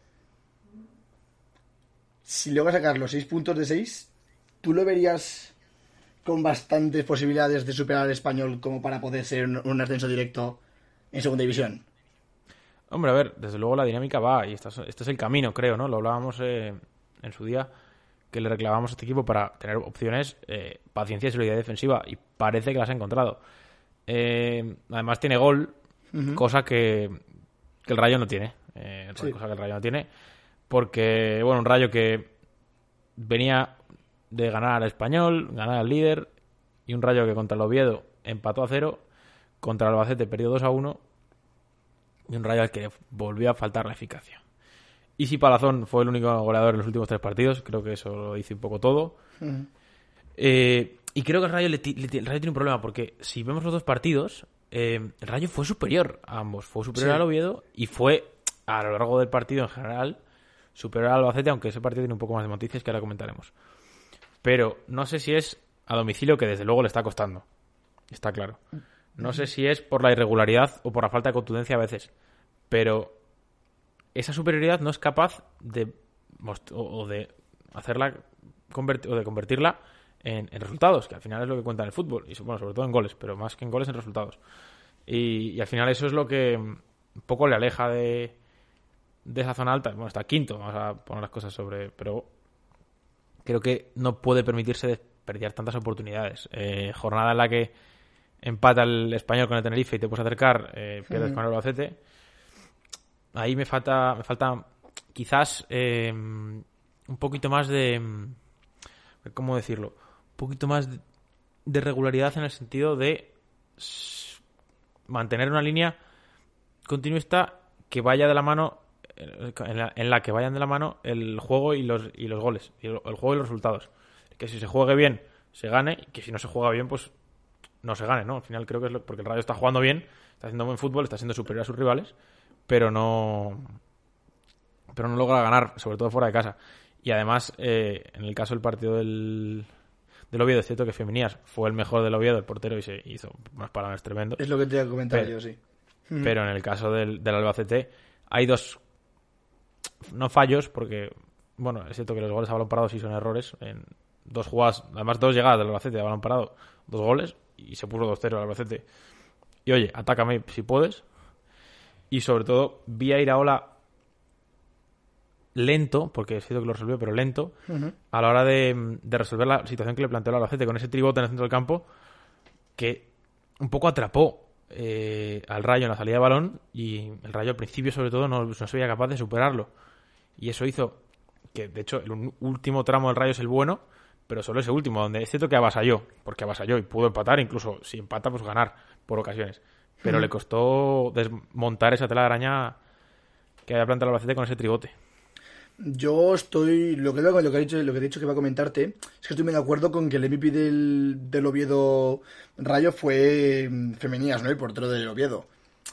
si logra sacar los 6 puntos de 6, ¿tú lo verías con bastantes posibilidades de superar al Español como para poder ser un ascenso directo en segunda división? Hombre, a ver, desde luego la dinámica va y este es el camino, creo, ¿no? Lo hablábamos en su día, que le reclamábamos a este equipo para tener opciones, paciencia y solidaridad defensiva, y parece que las ha encontrado. Además tiene gol, cosa que el Rayo no tiene. Sí. Cosa que el Rayo no tiene, porque, bueno, un Rayo que venía de ganar al Español, ganar al líder, y un Rayo que contra el Oviedo empató a 0, contra el Albacete perdió 2-1, y un Rayo al que volvió a faltar la eficacia. Y si Palazón fue el único goleador en los últimos 3 partidos, creo que eso lo dice un poco todo. Y creo que el Rayo, el Rayo tiene un problema, porque si vemos los 2 partidos, el Rayo fue superior a ambos. Fue superior al Oviedo y fue, a lo largo del partido en general, superior al Albacete, aunque ese partido tiene un poco más de noticias que ahora comentaremos. Pero no sé si es a domicilio, que desde luego le está costando. Está claro. No sé si es por la irregularidad o por la falta de contundencia a veces. Pero esa superioridad no es capaz de hacerla o de convertirla en resultados, que al final es lo que cuenta en el fútbol, y bueno, sobre todo en goles, pero más que en goles, en resultados. Y al final eso es lo que un poco le aleja de esa zona alta. Bueno, está quinto, vamos a poner las cosas sobre, pero creo que no puede permitirse desperdiciar tantas oportunidades. Jornada en la que empata el Español con el Tenerife y te puedes acercar, pierdes con el Albacete. Ahí me falta quizás un poquito más de... ¿Cómo decirlo? Un poquito más de regularidad, en el sentido de mantener una línea continuista que vaya de la mano, en la que vayan de la mano el juego y los goles, y el juego y los resultados. Que si se juegue bien, se gane, y que si no se juega bien, pues no se gane, ¿no? Al final creo que es porque el Rayo está jugando bien, está haciendo buen fútbol, está siendo superior a sus rivales, pero no logra ganar, sobre todo fuera de casa. Y además, en el caso del partido del Oviedo, es cierto que Femenías fue el mejor del Oviedo, el portero, y se hizo unos palones tremendos. Es lo que te iba a comentar yo, sí. Pero en el caso del Albacete hay 2, no fallos, porque, bueno, es cierto que los goles a balón parado sí son errores. En 2 jugadas, además 2 llegadas del Albacete a balón parado, 2 goles, y se puso 2-0 el Albacete. Y oye, atácame si puedes. Y sobre todo, vi a Iraola lento, porque es cierto que lo resolvió, pero lento, a la hora de resolver la situación que le planteó el Albacete, con ese tribote en el centro del campo, que un poco atrapó al Rayo en la salida de balón, y el Rayo al principio, sobre todo, no se veía capaz de superarlo. Y eso hizo que, de hecho, el último tramo del Rayo es el bueno, pero solo ese último, donde es cierto que avasalló, porque avasalló y pudo empatar, incluso si empata, pues ganar por ocasiones. Pero le costó desmontar esa tela de araña que había planteado el Albacete con ese tribote. Yo estoy... Lo que he dicho que iba a comentarte es que estoy muy de acuerdo con que el MVP del Oviedo Rayo fue Femenías, ¿no? El portero del Oviedo.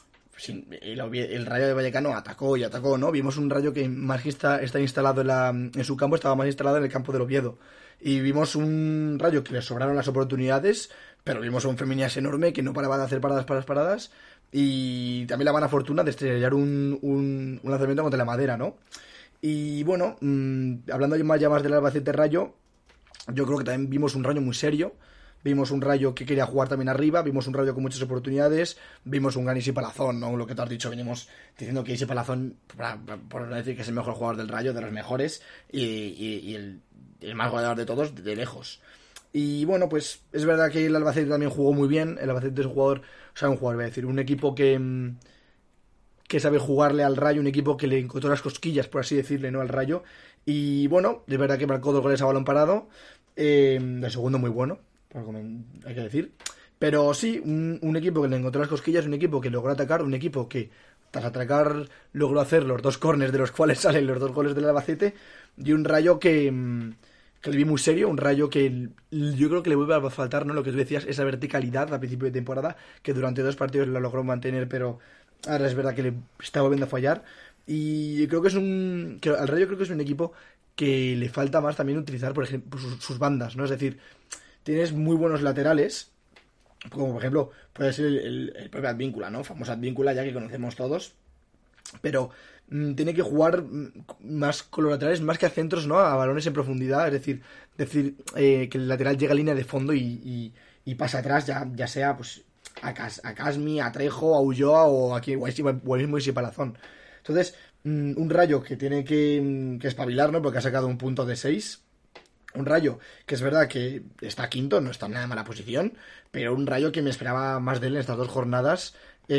el Rayo de Vallecano atacó y atacó, ¿no? Vimos un Rayo que más que está instalado en su campo, estaba más instalado en el campo del Oviedo. Y vimos un Rayo que le sobraron las oportunidades, pero vimos a un Femenias enorme que no paraba de hacer paradas. Y también la mala fortuna de estrellar un lanzamiento contra la madera, ¿no? Y bueno, hablando ya más del Albacete Rayo, yo creo que también vimos un Rayo muy serio. Vimos un Rayo que quería jugar también arriba, vimos un Rayo con muchas oportunidades, vimos un gran Isi Palazón, ¿no? Lo que te has dicho, venimos diciendo que Isi Palazón, por no decir que es el mejor jugador del Rayo, de los mejores, y el más goleador de todos, de lejos. Y bueno, pues es verdad que el Albacete también jugó muy bien. El Albacete es un equipo que sabe jugarle al Rayo, un equipo que le encontró las cosquillas, por así decirle, ¿no? Al Rayo. Y bueno, es verdad que marcó 2 goles a balón parado, el segundo muy bueno, hay que decir. Pero sí, un equipo que le encontró las cosquillas, un equipo que logró atacar, un equipo que tras atacar logró hacer los 2 córners de los cuales salen los 2 goles del Albacete, y un Rayo que le vi muy serio, un Rayo que yo creo que le vuelve a faltar, ¿no? Lo que tú decías, esa verticalidad a principio de temporada, que durante 2 partidos la logró mantener, pero ahora es verdad que le está volviendo a fallar. Y creo que al Rayo creo que es un equipo que le falta más también utilizar, por ejemplo, sus bandas, ¿no? Es decir, tienes muy buenos laterales, como por ejemplo puede ser el propio Advíncula, ¿no? Famoso Advíncula, ya que conocemos todos, pero tiene que jugar más con los laterales, más que a centros, ¿no? A balones en profundidad, es decir que el lateral llega a línea de fondo y pasa atrás, ya sea pues a Casmi, a Trejo, a Ulloa o aquí o el mismo Isi Palazón. Entonces, un Rayo que tiene que espabilar, ¿no? Porque ha sacado un punto de 6. Un Rayo que es verdad que está quinto, no está en nada mala posición, pero un Rayo que me esperaba más de él en estas 2 jornadas,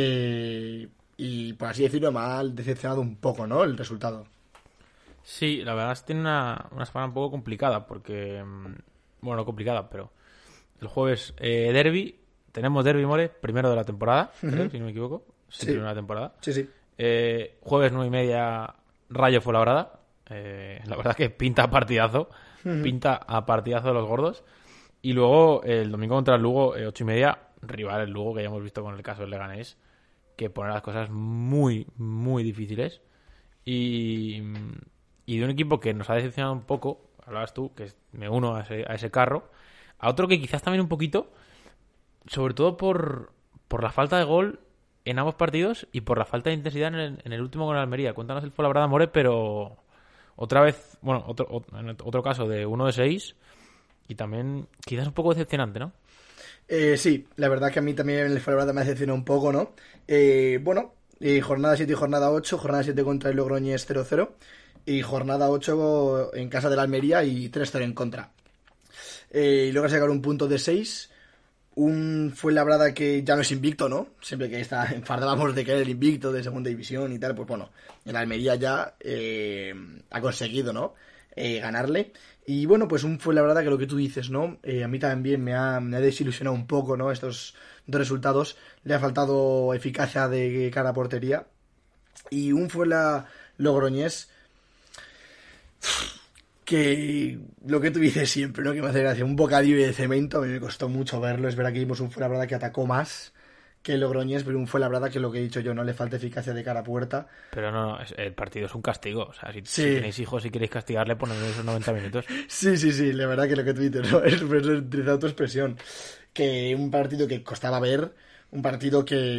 y por así decirlo me ha decepcionado un poco, ¿no? El resultado. Sí, la verdad es que tiene una semana un poco complicada, porque, bueno, no complicada, pero el jueves derbi, tenemos derbi, More, primero de la temporada, creo, si no me equivoco, sí, primero de la temporada. Sí. Jueves 9:30, Rayo Fuenlabrada. La verdad que pinta a partidazo. Pinta a partidazo de los gordos. Y luego el domingo contra el Lugo, 8:30, rival el Lugo, que ya hemos visto con el caso del Leganés, que pone las cosas muy, muy difíciles. Y de un equipo que nos ha decepcionado un poco, hablabas tú, que me uno a ese carro, a otro que quizás también un poquito, sobre todo por la falta de gol en ambos partidos y por la falta de intensidad en el último con el Almería. Cuéntanos el Fuenlabrada, More, pero otra vez, bueno, en otro caso de 1 de 6 y también quizás un poco decepcionante, ¿no? Sí, la verdad que a mí también el Fuenlabrada me decepcionó un poco, ¿no? Jornada 7 y jornada 8, jornada 7 contra el Logroñés 0-0 y jornada 8 en casa del Almería y 3-0 en contra. Y luego sacar un punto de 6. Un Fuenlabrada que ya no es invicto, ¿no? Siempre que enfadábamos de que era el invicto de segunda división y tal, pues bueno, el Almería ya ha conseguido, ¿no? Ganarle. Y bueno, pues un Fuenlabrada que lo que tú dices, ¿no? A mí también me ha desilusionado un poco, ¿no? Estos 2 resultados. Le ha faltado eficacia de cara a portería. Y un Logroñés que lo que tú dices siempre, ¿no? Que me hace gracia, un bocadillo de cemento. A mí me costó mucho verlo. Es verdad que vimos un Fuenlabrada que atacó más que el Logroñés, pero un Fuenlabrada que lo que he dicho yo, no le falta eficacia de cara a puerta. Pero no, el partido es un castigo. O sea, si tenéis hijos y queréis castigarle, poned esos 90 minutos. Sí, la verdad que lo que tú dices, ¿no? Es utilizar tu expresión. Que un partido que costaba ver, un partido que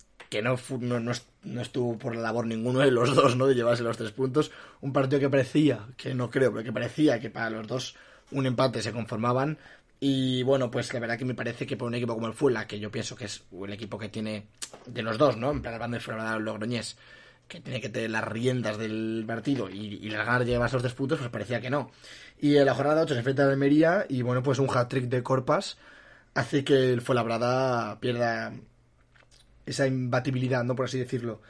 no estuvo por la labor ninguno de los dos, ¿no? De llevarse los 3 puntos. Un partido que parecía, que no creo, pero que parecía que para los dos un empate se conformaban. Y bueno, pues la verdad que me parece que por un equipo como el Fuenla, que yo pienso que es el equipo que tiene de los dos, ¿no? En plan, hablando de Fuenlabrada o Logroñés, que tiene que tener las riendas del partido y las ganas de llevarse los 3 puntos, pues parecía que no. Y en la jornada 8 se enfrenta a Almería y bueno, pues un hat-trick de Corpas hace que el Fuenlabrada pierda esa imbatibilidad, ¿no? Por así decirlo.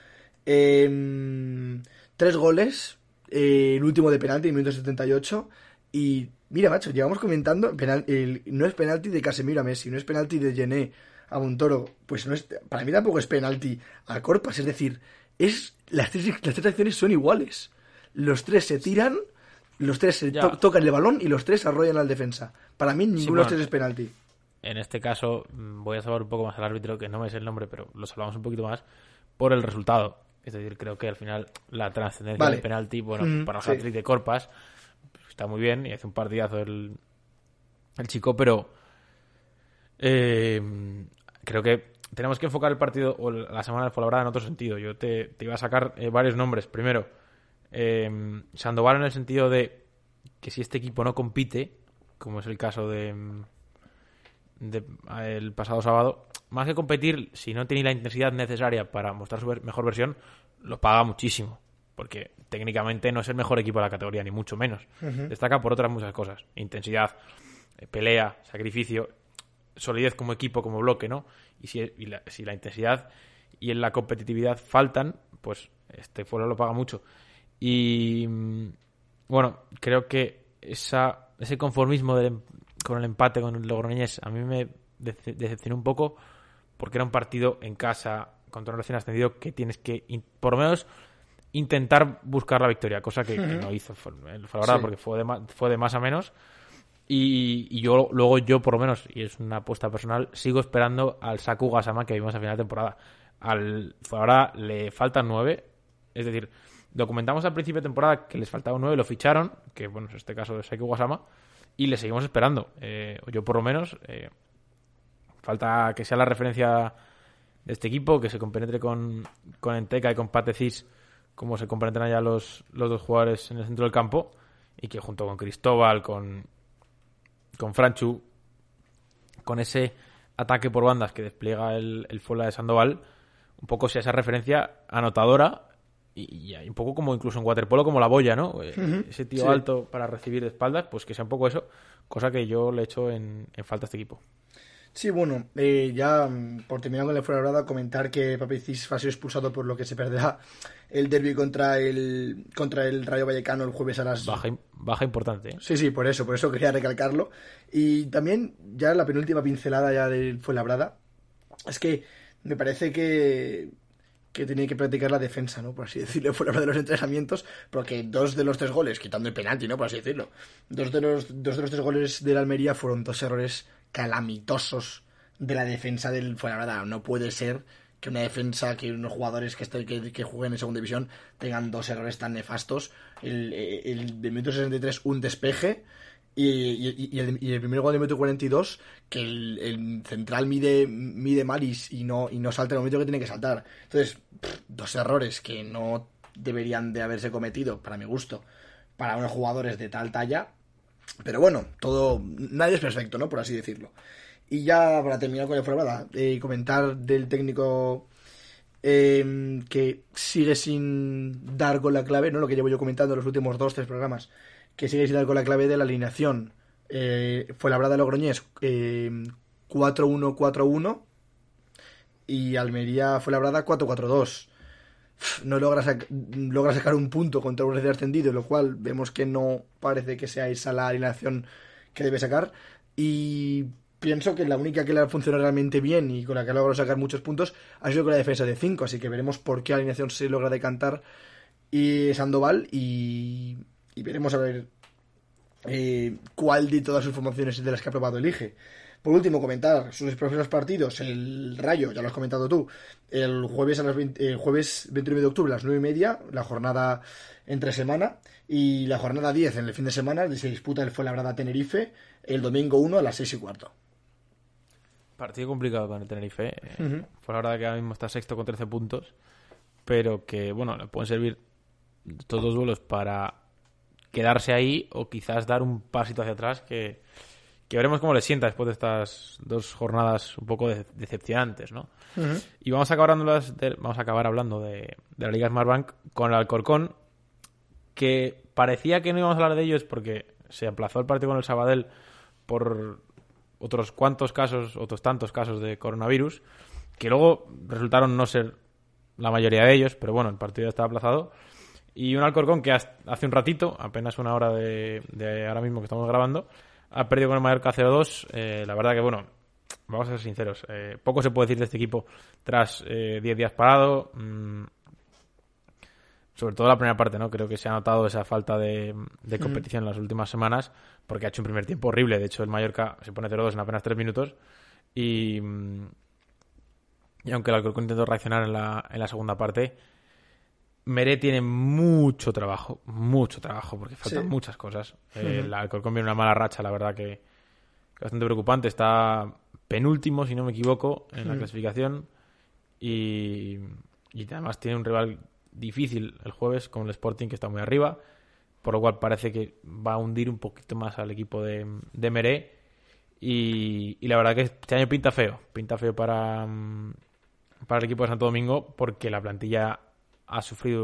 3 goles, el último de penalti en minuto 78. Y mira, macho, llevamos comentando, no es penalti de Casemiro a Messi, no es penalti de Gené a Montoro, pues no es, para mí tampoco es penalti a Corpas, es decir, las tres acciones son iguales. Los 3 se tiran, los 3 tocan el balón y los 3 arrollan al defensa. Para mí ninguno de los 3 es penalti. En este caso voy a salvar un poco más al árbitro, que no me sé el nombre, pero lo salvamos un poquito más, por el resultado. Es decir, creo que al final la trascendencia del penalti, bueno, para el hat-trick de Corpas, pues, está muy bien y hace un partidazo el chico, pero creo que tenemos que enfocar el partido o la semana de Fuenlabrada en otro sentido. Yo te iba a sacar varios nombres. Primero, Sandoval, en el sentido de que si este equipo no compite, como es el caso de el pasado sábado, más que competir, si no tiene la intensidad necesaria para mostrar su mejor versión, lo paga muchísimo, porque técnicamente no es el mejor equipo de la categoría, ni mucho menos. Destaca por otras muchas cosas: intensidad, pelea, sacrificio, solidez como equipo, como bloque, ¿no? Y si la intensidad y en la competitividad faltan, pues este fuera lo paga mucho. Y bueno, creo que ese conformismo con el empate con el Logroñés a mí me decepcionó un poco, porque era un partido en casa contra un recién ascendido que tienes que, por lo menos, intentar buscar la victoria, cosa que no hizo el Fuenlabrada, porque fue de más a menos. Y yo, por lo menos, y es una apuesta personal, sigo esperando al Saku Gasama que vimos a final de temporada. Al Fuenlabrada le faltan 9, es decir, documentamos al principio de temporada que les faltaba 9, lo ficharon, que bueno, es este caso de Saku Gasama, y le seguimos esperando. Yo por lo menos, falta que sea la referencia de este equipo, que se compenetre con Enteca y con Patecis, como se compenetran ya los dos jugadores en el centro del campo, y que junto con Cristóbal, con Franchu, con ese ataque por bandas que despliega el Fuenla de Sandoval, un poco sea esa referencia anotadora y un poco como incluso en waterpolo como la boya, ¿no? Ese tío alto para recibir de espaldas, pues que sea un poco eso, cosa que yo le echo en falta a este equipo. Sí, bueno, ya por terminar con el Fuenlabrada, comentar que Papecis ha sido expulsado, por lo que se perderá el derbi contra el Rayo Vallecano el jueves a las... Baja importante, ¿eh? Sí, por eso quería recalcarlo. Y también, ya la penúltima pincelada ya del Fuenlabrada, es que me parece que tiene que practicar la defensa, ¿no? Por así decirlo, fuera de los entrenamientos, porque 2 de los 3 goles, quitando el penalti, ¿no? Por así decirlo, 2 de los 3 goles del Almería fueron 2 errores calamitosos de la defensa del Fuenlabrada. No puede ser que una defensa, que unos jugadores que jueguen en segunda división tengan 2 errores tan nefastos. El de minuto 63, un despeje, y el primer gol de minuto 42, que el central mide mal y no salta en el momento que tiene que saltar. Entonces, 2 errores que no deberían de haberse cometido, para mi gusto, para unos jugadores de tal talla. Pero bueno, nadie es perfecto, ¿no? Por así decirlo. Y ya para terminar con el Fuenlabrada, comentar del técnico que sigue sin dar con la clave, ¿no? Lo que llevo yo comentando en los últimos 2-3 programas, que sigue sin dar con la clave de la alineación. Fuenlabrada-Logroñés 4-1-4-1 y Almería-Fuenlabrada 4-4-2. No logra sacar un punto contra un recién ascendido, lo cual vemos que no parece que sea esa la alineación que debe sacar. Y pienso que la única que le ha funcionado realmente bien y con la que ha logrado sacar muchos puntos ha sido con la defensa de 5, así que veremos por qué alineación se logra decantar y Sandoval, y veremos a ver cuál de todas sus formaciones de las que ha probado elige. Por último, comentar sus próximos partidos. El Rayo, ya lo has comentado tú, el jueves 29 de octubre a las 9:30, la jornada entre semana, y la jornada 10 en el fin de semana, se disputa el Fuenlabrada-Tenerife el domingo 1 a las 6:15. Partido complicado con el Tenerife. Fuenlabrada que ahora mismo está sexto con 13 puntos, pero que, bueno, le pueden servir estos 2 duelos para quedarse ahí o quizás dar un pasito hacia atrás que veremos cómo le sienta después de estas 2 jornadas un poco decepcionantes, ¿no? Y vamos a acabar hablando de la Liga Smartbank con el Alcorcón, que parecía que no íbamos a hablar de ellos porque se aplazó el partido con el Sabadell por otros tantos casos de coronavirus, que luego resultaron no ser la mayoría de ellos, pero bueno, el partido ya estaba aplazado. Y un Alcorcón que hace un ratito, apenas una hora de ahora mismo que estamos grabando, ha perdido con el Mallorca 0-2. La verdad que, bueno, vamos a ser sinceros, poco se puede decir de este equipo tras 10 días parado. Sobre todo la primera parte, ¿no? Creo que se ha notado esa falta de competición en las últimas semanas, porque ha hecho un primer tiempo horrible. De hecho, el Mallorca se pone 0-2 en apenas 3 minutos y Y aunque el Alcorcón intentó reaccionar en la segunda parte, Meré tiene mucho trabajo, porque faltan muchas cosas. El Alcorcón viene una mala racha, la verdad que bastante preocupante. Está penúltimo, si no me equivoco, en la clasificación. Y además tiene un rival difícil el jueves con el Sporting, que está muy arriba. Por lo cual parece que va a hundir un poquito más al equipo de Meré. Y la verdad que este año pinta feo para el equipo de Santo Domingo, porque la plantilla ha sufrido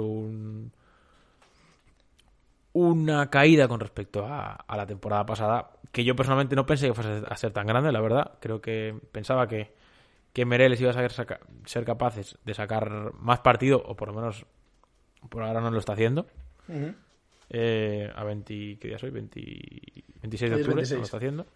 una caída con respecto a la temporada pasada, que yo personalmente no pensé que fuese a ser tan grande, la verdad. Creo que pensaba que Meré les iba a ser capaces de sacar más partido, o por lo menos por ahora no lo está haciendo. A 20, ¿qué día soy? 26 de octubre 26. No lo está haciendo.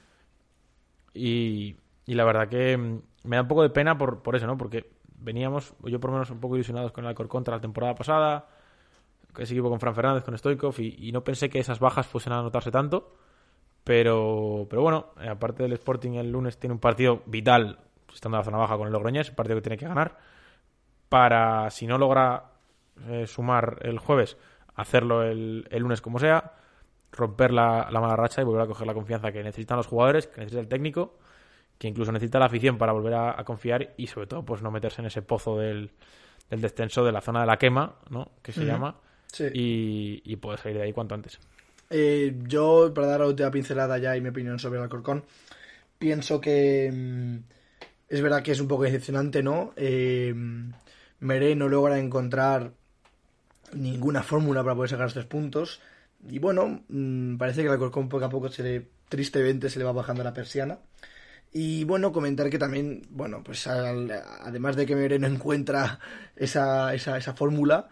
Y la verdad que me da un poco de pena por eso, ¿no? Porque veníamos, yo por lo menos, un poco ilusionados con el Alcorcón tras la temporada pasada, ese equipo con Fran Fernández, con Stoichkov, y no pensé que esas bajas fuesen a notarse tanto. Pero bueno, aparte del Sporting, el lunes tiene un partido vital, estando en la zona baja, con el Logroñés, un partido que tiene que ganar para, si no logra sumar el jueves, hacerlo el lunes como sea, romper la mala racha y volver a coger la confianza que necesitan los jugadores, que necesita el técnico, que incluso necesita la afición para volver a confiar, y sobre todo pues no meterse en ese pozo del descenso, de la zona de la quema, ¿no? Que se llama, y poder salir de ahí cuanto antes. Yo, para dar la última pincelada ya y mi opinión sobre el Alcorcón, pienso que es verdad que es un poco decepcionante, ¿no? Meré no logra encontrar ninguna fórmula para poder sacar los 3 puntos. Y bueno, parece que el Alcorcón poco a poco tristemente se le va bajando la persiana. Y bueno, comentar que también, bueno, pues además de que Meré no encuentra esa fórmula,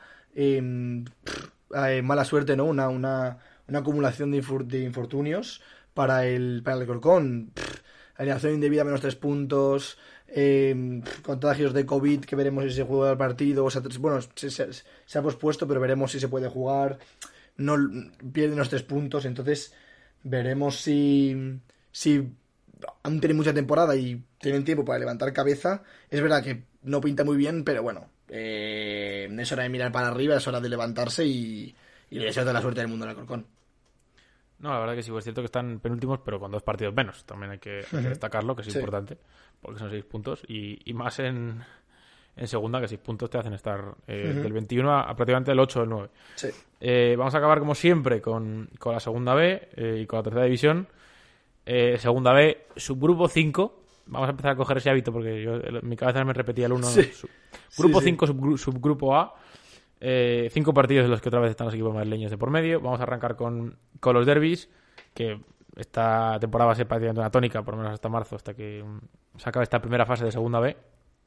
mala suerte, ¿no? Una acumulación de infortunios para el Alcorcón. Alineación indebida, menos 3 puntos. Contagios de COVID, que veremos si se juega el partido. O sea, bueno, se ha pospuesto, pero veremos si se puede jugar. No pierden los 3 puntos, entonces veremos si aún tienen mucha temporada y tienen tiempo para levantar cabeza. Es verdad que no pinta muy bien, pero bueno, es hora de mirar para arriba, es hora de levantarse y le deseo toda la suerte del mundo al Alcorcón. No, la verdad que sí, es cierto que están penúltimos, pero con 2 partidos menos. También hay que destacarlo, que es importante, porque son 6 puntos, y más en segunda, que 6 puntos te hacen estar del 21 a prácticamente el 8 o el 9. Sí. Vamos a acabar, como siempre, con la segunda B y con la tercera división. Segunda B, subgrupo 5. Vamos a empezar a coger ese hábito, porque mi cabeza me repetía el 1. Sí. Grupo 5, subgrupo A. 5 partidos en los que otra vez están los equipos madrileños de por medio. Vamos a arrancar con los derbis, que esta temporada va a ser prácticamente una tónica, por lo menos hasta marzo, hasta que se acabe esta primera fase de segunda B.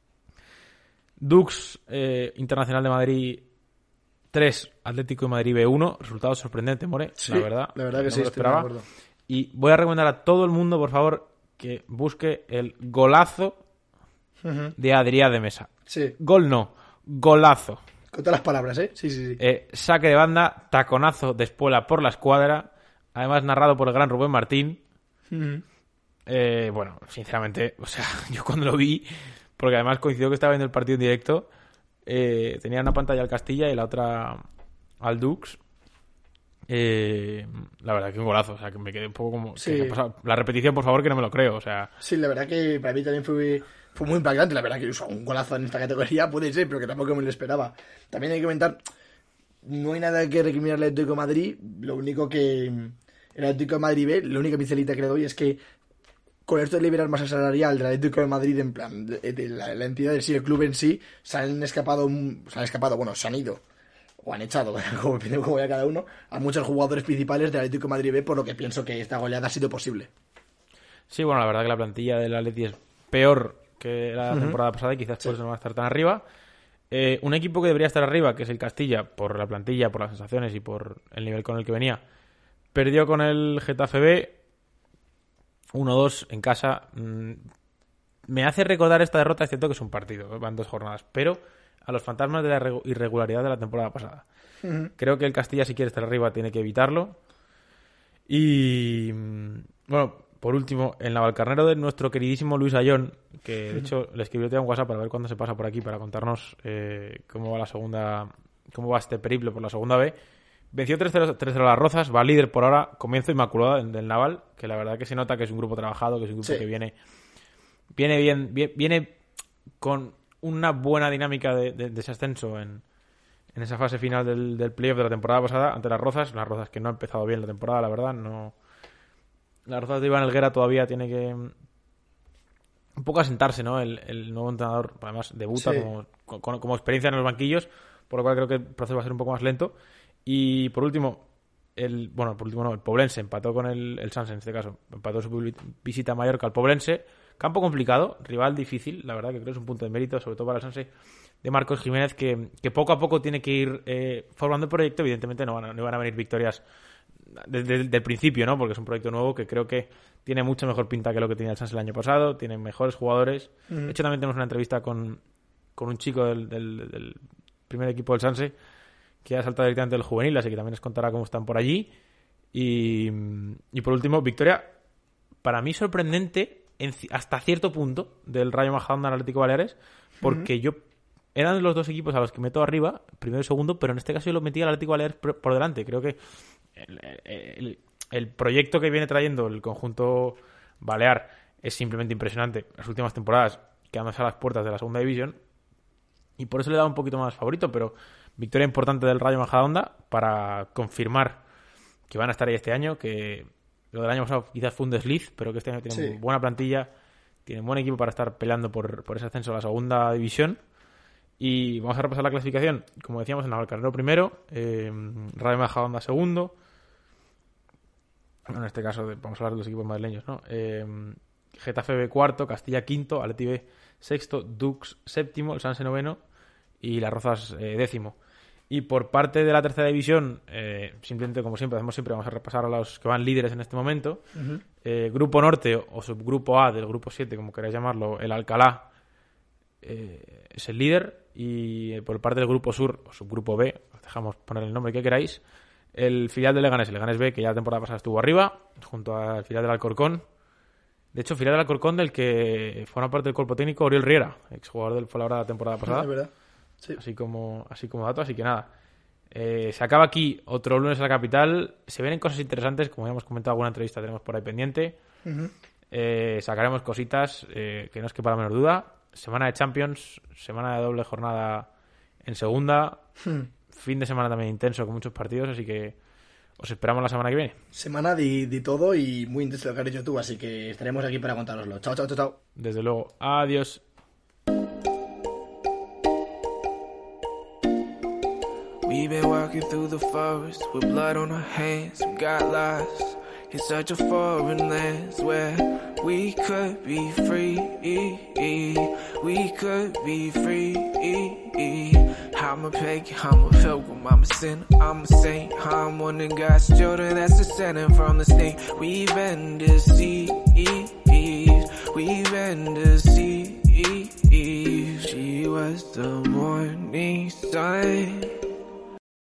Dux, Internacional de Madrid 3, Atlético de Madrid B1. Resultado sorprendente, More, sí, la verdad que no sí, me lo esperaba. estoy de acuerdo. Y voy a recomendar a todo el mundo, por favor, que busque el golazo de Adrià de Mesa. Sí. Gol no, golazo. Con todas las palabras, ¿eh? Sí. Saque de banda, taconazo de espuela por la escuadra, además narrado por el gran Rubén Martín. Bueno, sinceramente, o sea, yo cuando lo vi, porque además coincidió que estaba viendo el partido en directo, tenía una pantalla al Castilla y la otra al Dux. La verdad que un golazo, o sea, que me quedé un poco como... Sí. La repetición, por favor, que no me lo creo, o sea... Sí, la verdad que para mí también fue muy impactante. La verdad que un golazo en esta categoría puede ser, pero que tampoco me lo esperaba. También hay que comentar, no hay nada que recriminar al Atlético de Madrid. Lo único que el Atlético de Madrid ve, la única pincelita que le doy es que con esto de liberar masa salarial del Atlético de Madrid, en plan de la entidad en sí, el club en sí, se han ido o han echado, como depende de cómo vaya cada uno, a muchos jugadores principales del Atlético de Madrid B, por lo que pienso que esta goleada ha sido posible. Sí, bueno, la verdad que la plantilla del Atleti es peor que la temporada pasada y quizás por eso no va a estar tan arriba. Un equipo que debería estar arriba, que es el Castilla, por la plantilla, por las sensaciones y por el nivel con el que venía, perdió con el Getafe B 1-2 en casa. Me hace recordar esta derrota, es cierto que es un partido, van 2 jornadas, pero a los fantasmas de la irregularidad de la temporada pasada. Creo que el Castilla, si quiere estar arriba, tiene que evitarlo. Y bueno, por último, el Navalcarnero de nuestro queridísimo Luis Ayón, que de hecho le escribió un WhatsApp para ver cuándo se pasa por aquí, para contarnos cómo va este periplo por la segunda B. Venció 3-0 a las Rozas, va líder por ahora, comienzo inmaculado del Naval, que la verdad que se nota que es un grupo trabajado, que es un grupo que viene con una buena dinámica de ese ascenso en esa fase final del playoff de la temporada pasada ante las Rozas que no ha empezado bien la temporada, la verdad. No, las Rozas de Iván Helguera todavía tiene que un poco asentarse, ¿no? El nuevo entrenador, además debuta como experiencia en los banquillos, por lo cual creo que el proceso va a ser un poco más lento. Y por último, el Poblense empató con el Sanse, en este caso empató su visita a Mallorca al Poblense. Campo complicado, rival difícil, la verdad que creo que es un punto de mérito, sobre todo para el Sanse de Marcos Jiménez, que poco a poco tiene que ir formando el proyecto. Evidentemente no van a venir victorias desde el principio, ¿no? Porque es un proyecto nuevo que creo que tiene mucho mejor pinta que lo que tenía el Sanse el año pasado, tiene mejores jugadores. De hecho, también tenemos una entrevista con un chico del primer equipo del Sanse, que ha saltado directamente del juvenil, así que también les contará cómo están por allí. Y por último, victoria para mí sorprendente hasta cierto punto del Rayo Majadahonda Atlético Baleares, porque yo eran los dos equipos a los que meto arriba, primero y segundo, pero en este caso yo lo metí al Atlético Baleares por delante. Creo que el proyecto que viene trayendo el conjunto balear es simplemente impresionante. Las últimas temporadas quedándose a las puertas de la segunda división, y por eso le he dado un poquito más favorito, pero victoria importante del Rayo Majadahonda para confirmar que van a estar ahí este año, que lo del año pasado quizás fue un desliz, pero que este año tienen buena plantilla, tienen buen equipo para estar peleando por ese ascenso a la segunda división. Y vamos a repasar la clasificación. Como decíamos, en Navalcarnero primero, Rayo Majadahonda segundo. Bueno, en este caso vamos a hablar de los equipos madrileños, ¿no? Getafe B cuarto, Castilla quinto, Atleti B sexto, Dux séptimo, el Sanse noveno y las Rozas décimo. Y por parte de la tercera división, simplemente como siempre vamos a repasar a los que van líderes en este momento. Grupo Norte o subgrupo A del grupo 7, como queráis llamarlo, el Alcalá es el líder. Y por parte del grupo Sur o subgrupo B, os dejamos poner el nombre que queráis, el filial del Leganés, el Leganés B, que ya la temporada pasada estuvo arriba, junto al filial del Alcorcón. De hecho, filial del Alcorcón, del que forma parte del cuerpo técnico Oriol Riera, exjugador del Fuenlabrada la temporada pasada. Es verdad. Sí. Así como dato, así que nada. Se acaba aquí otro lunes en la capital. Se vienen cosas interesantes, como ya hemos comentado, alguna entrevista tenemos por ahí pendiente. Sacaremos cositas que no es que para menor duda. Semana de Champions, semana de doble jornada en segunda, fin de semana también intenso con muchos partidos, así que os esperamos la semana que viene. Semana de todo y muy intenso lo que has dicho tú, así que estaremos aquí para contároslo. Chao, chao, chao, chao. Desde luego, adiós. We've been walking through the forest with blood on our hands. We got lost in such a foreign land where we could be free. We could be free. I'm a pagan, I'm a pilgrim, I'm a sinner, I'm a saint. I'm one of God's children that's descending from the snake. We've been deceived. We've been deceived. She was the morning sun.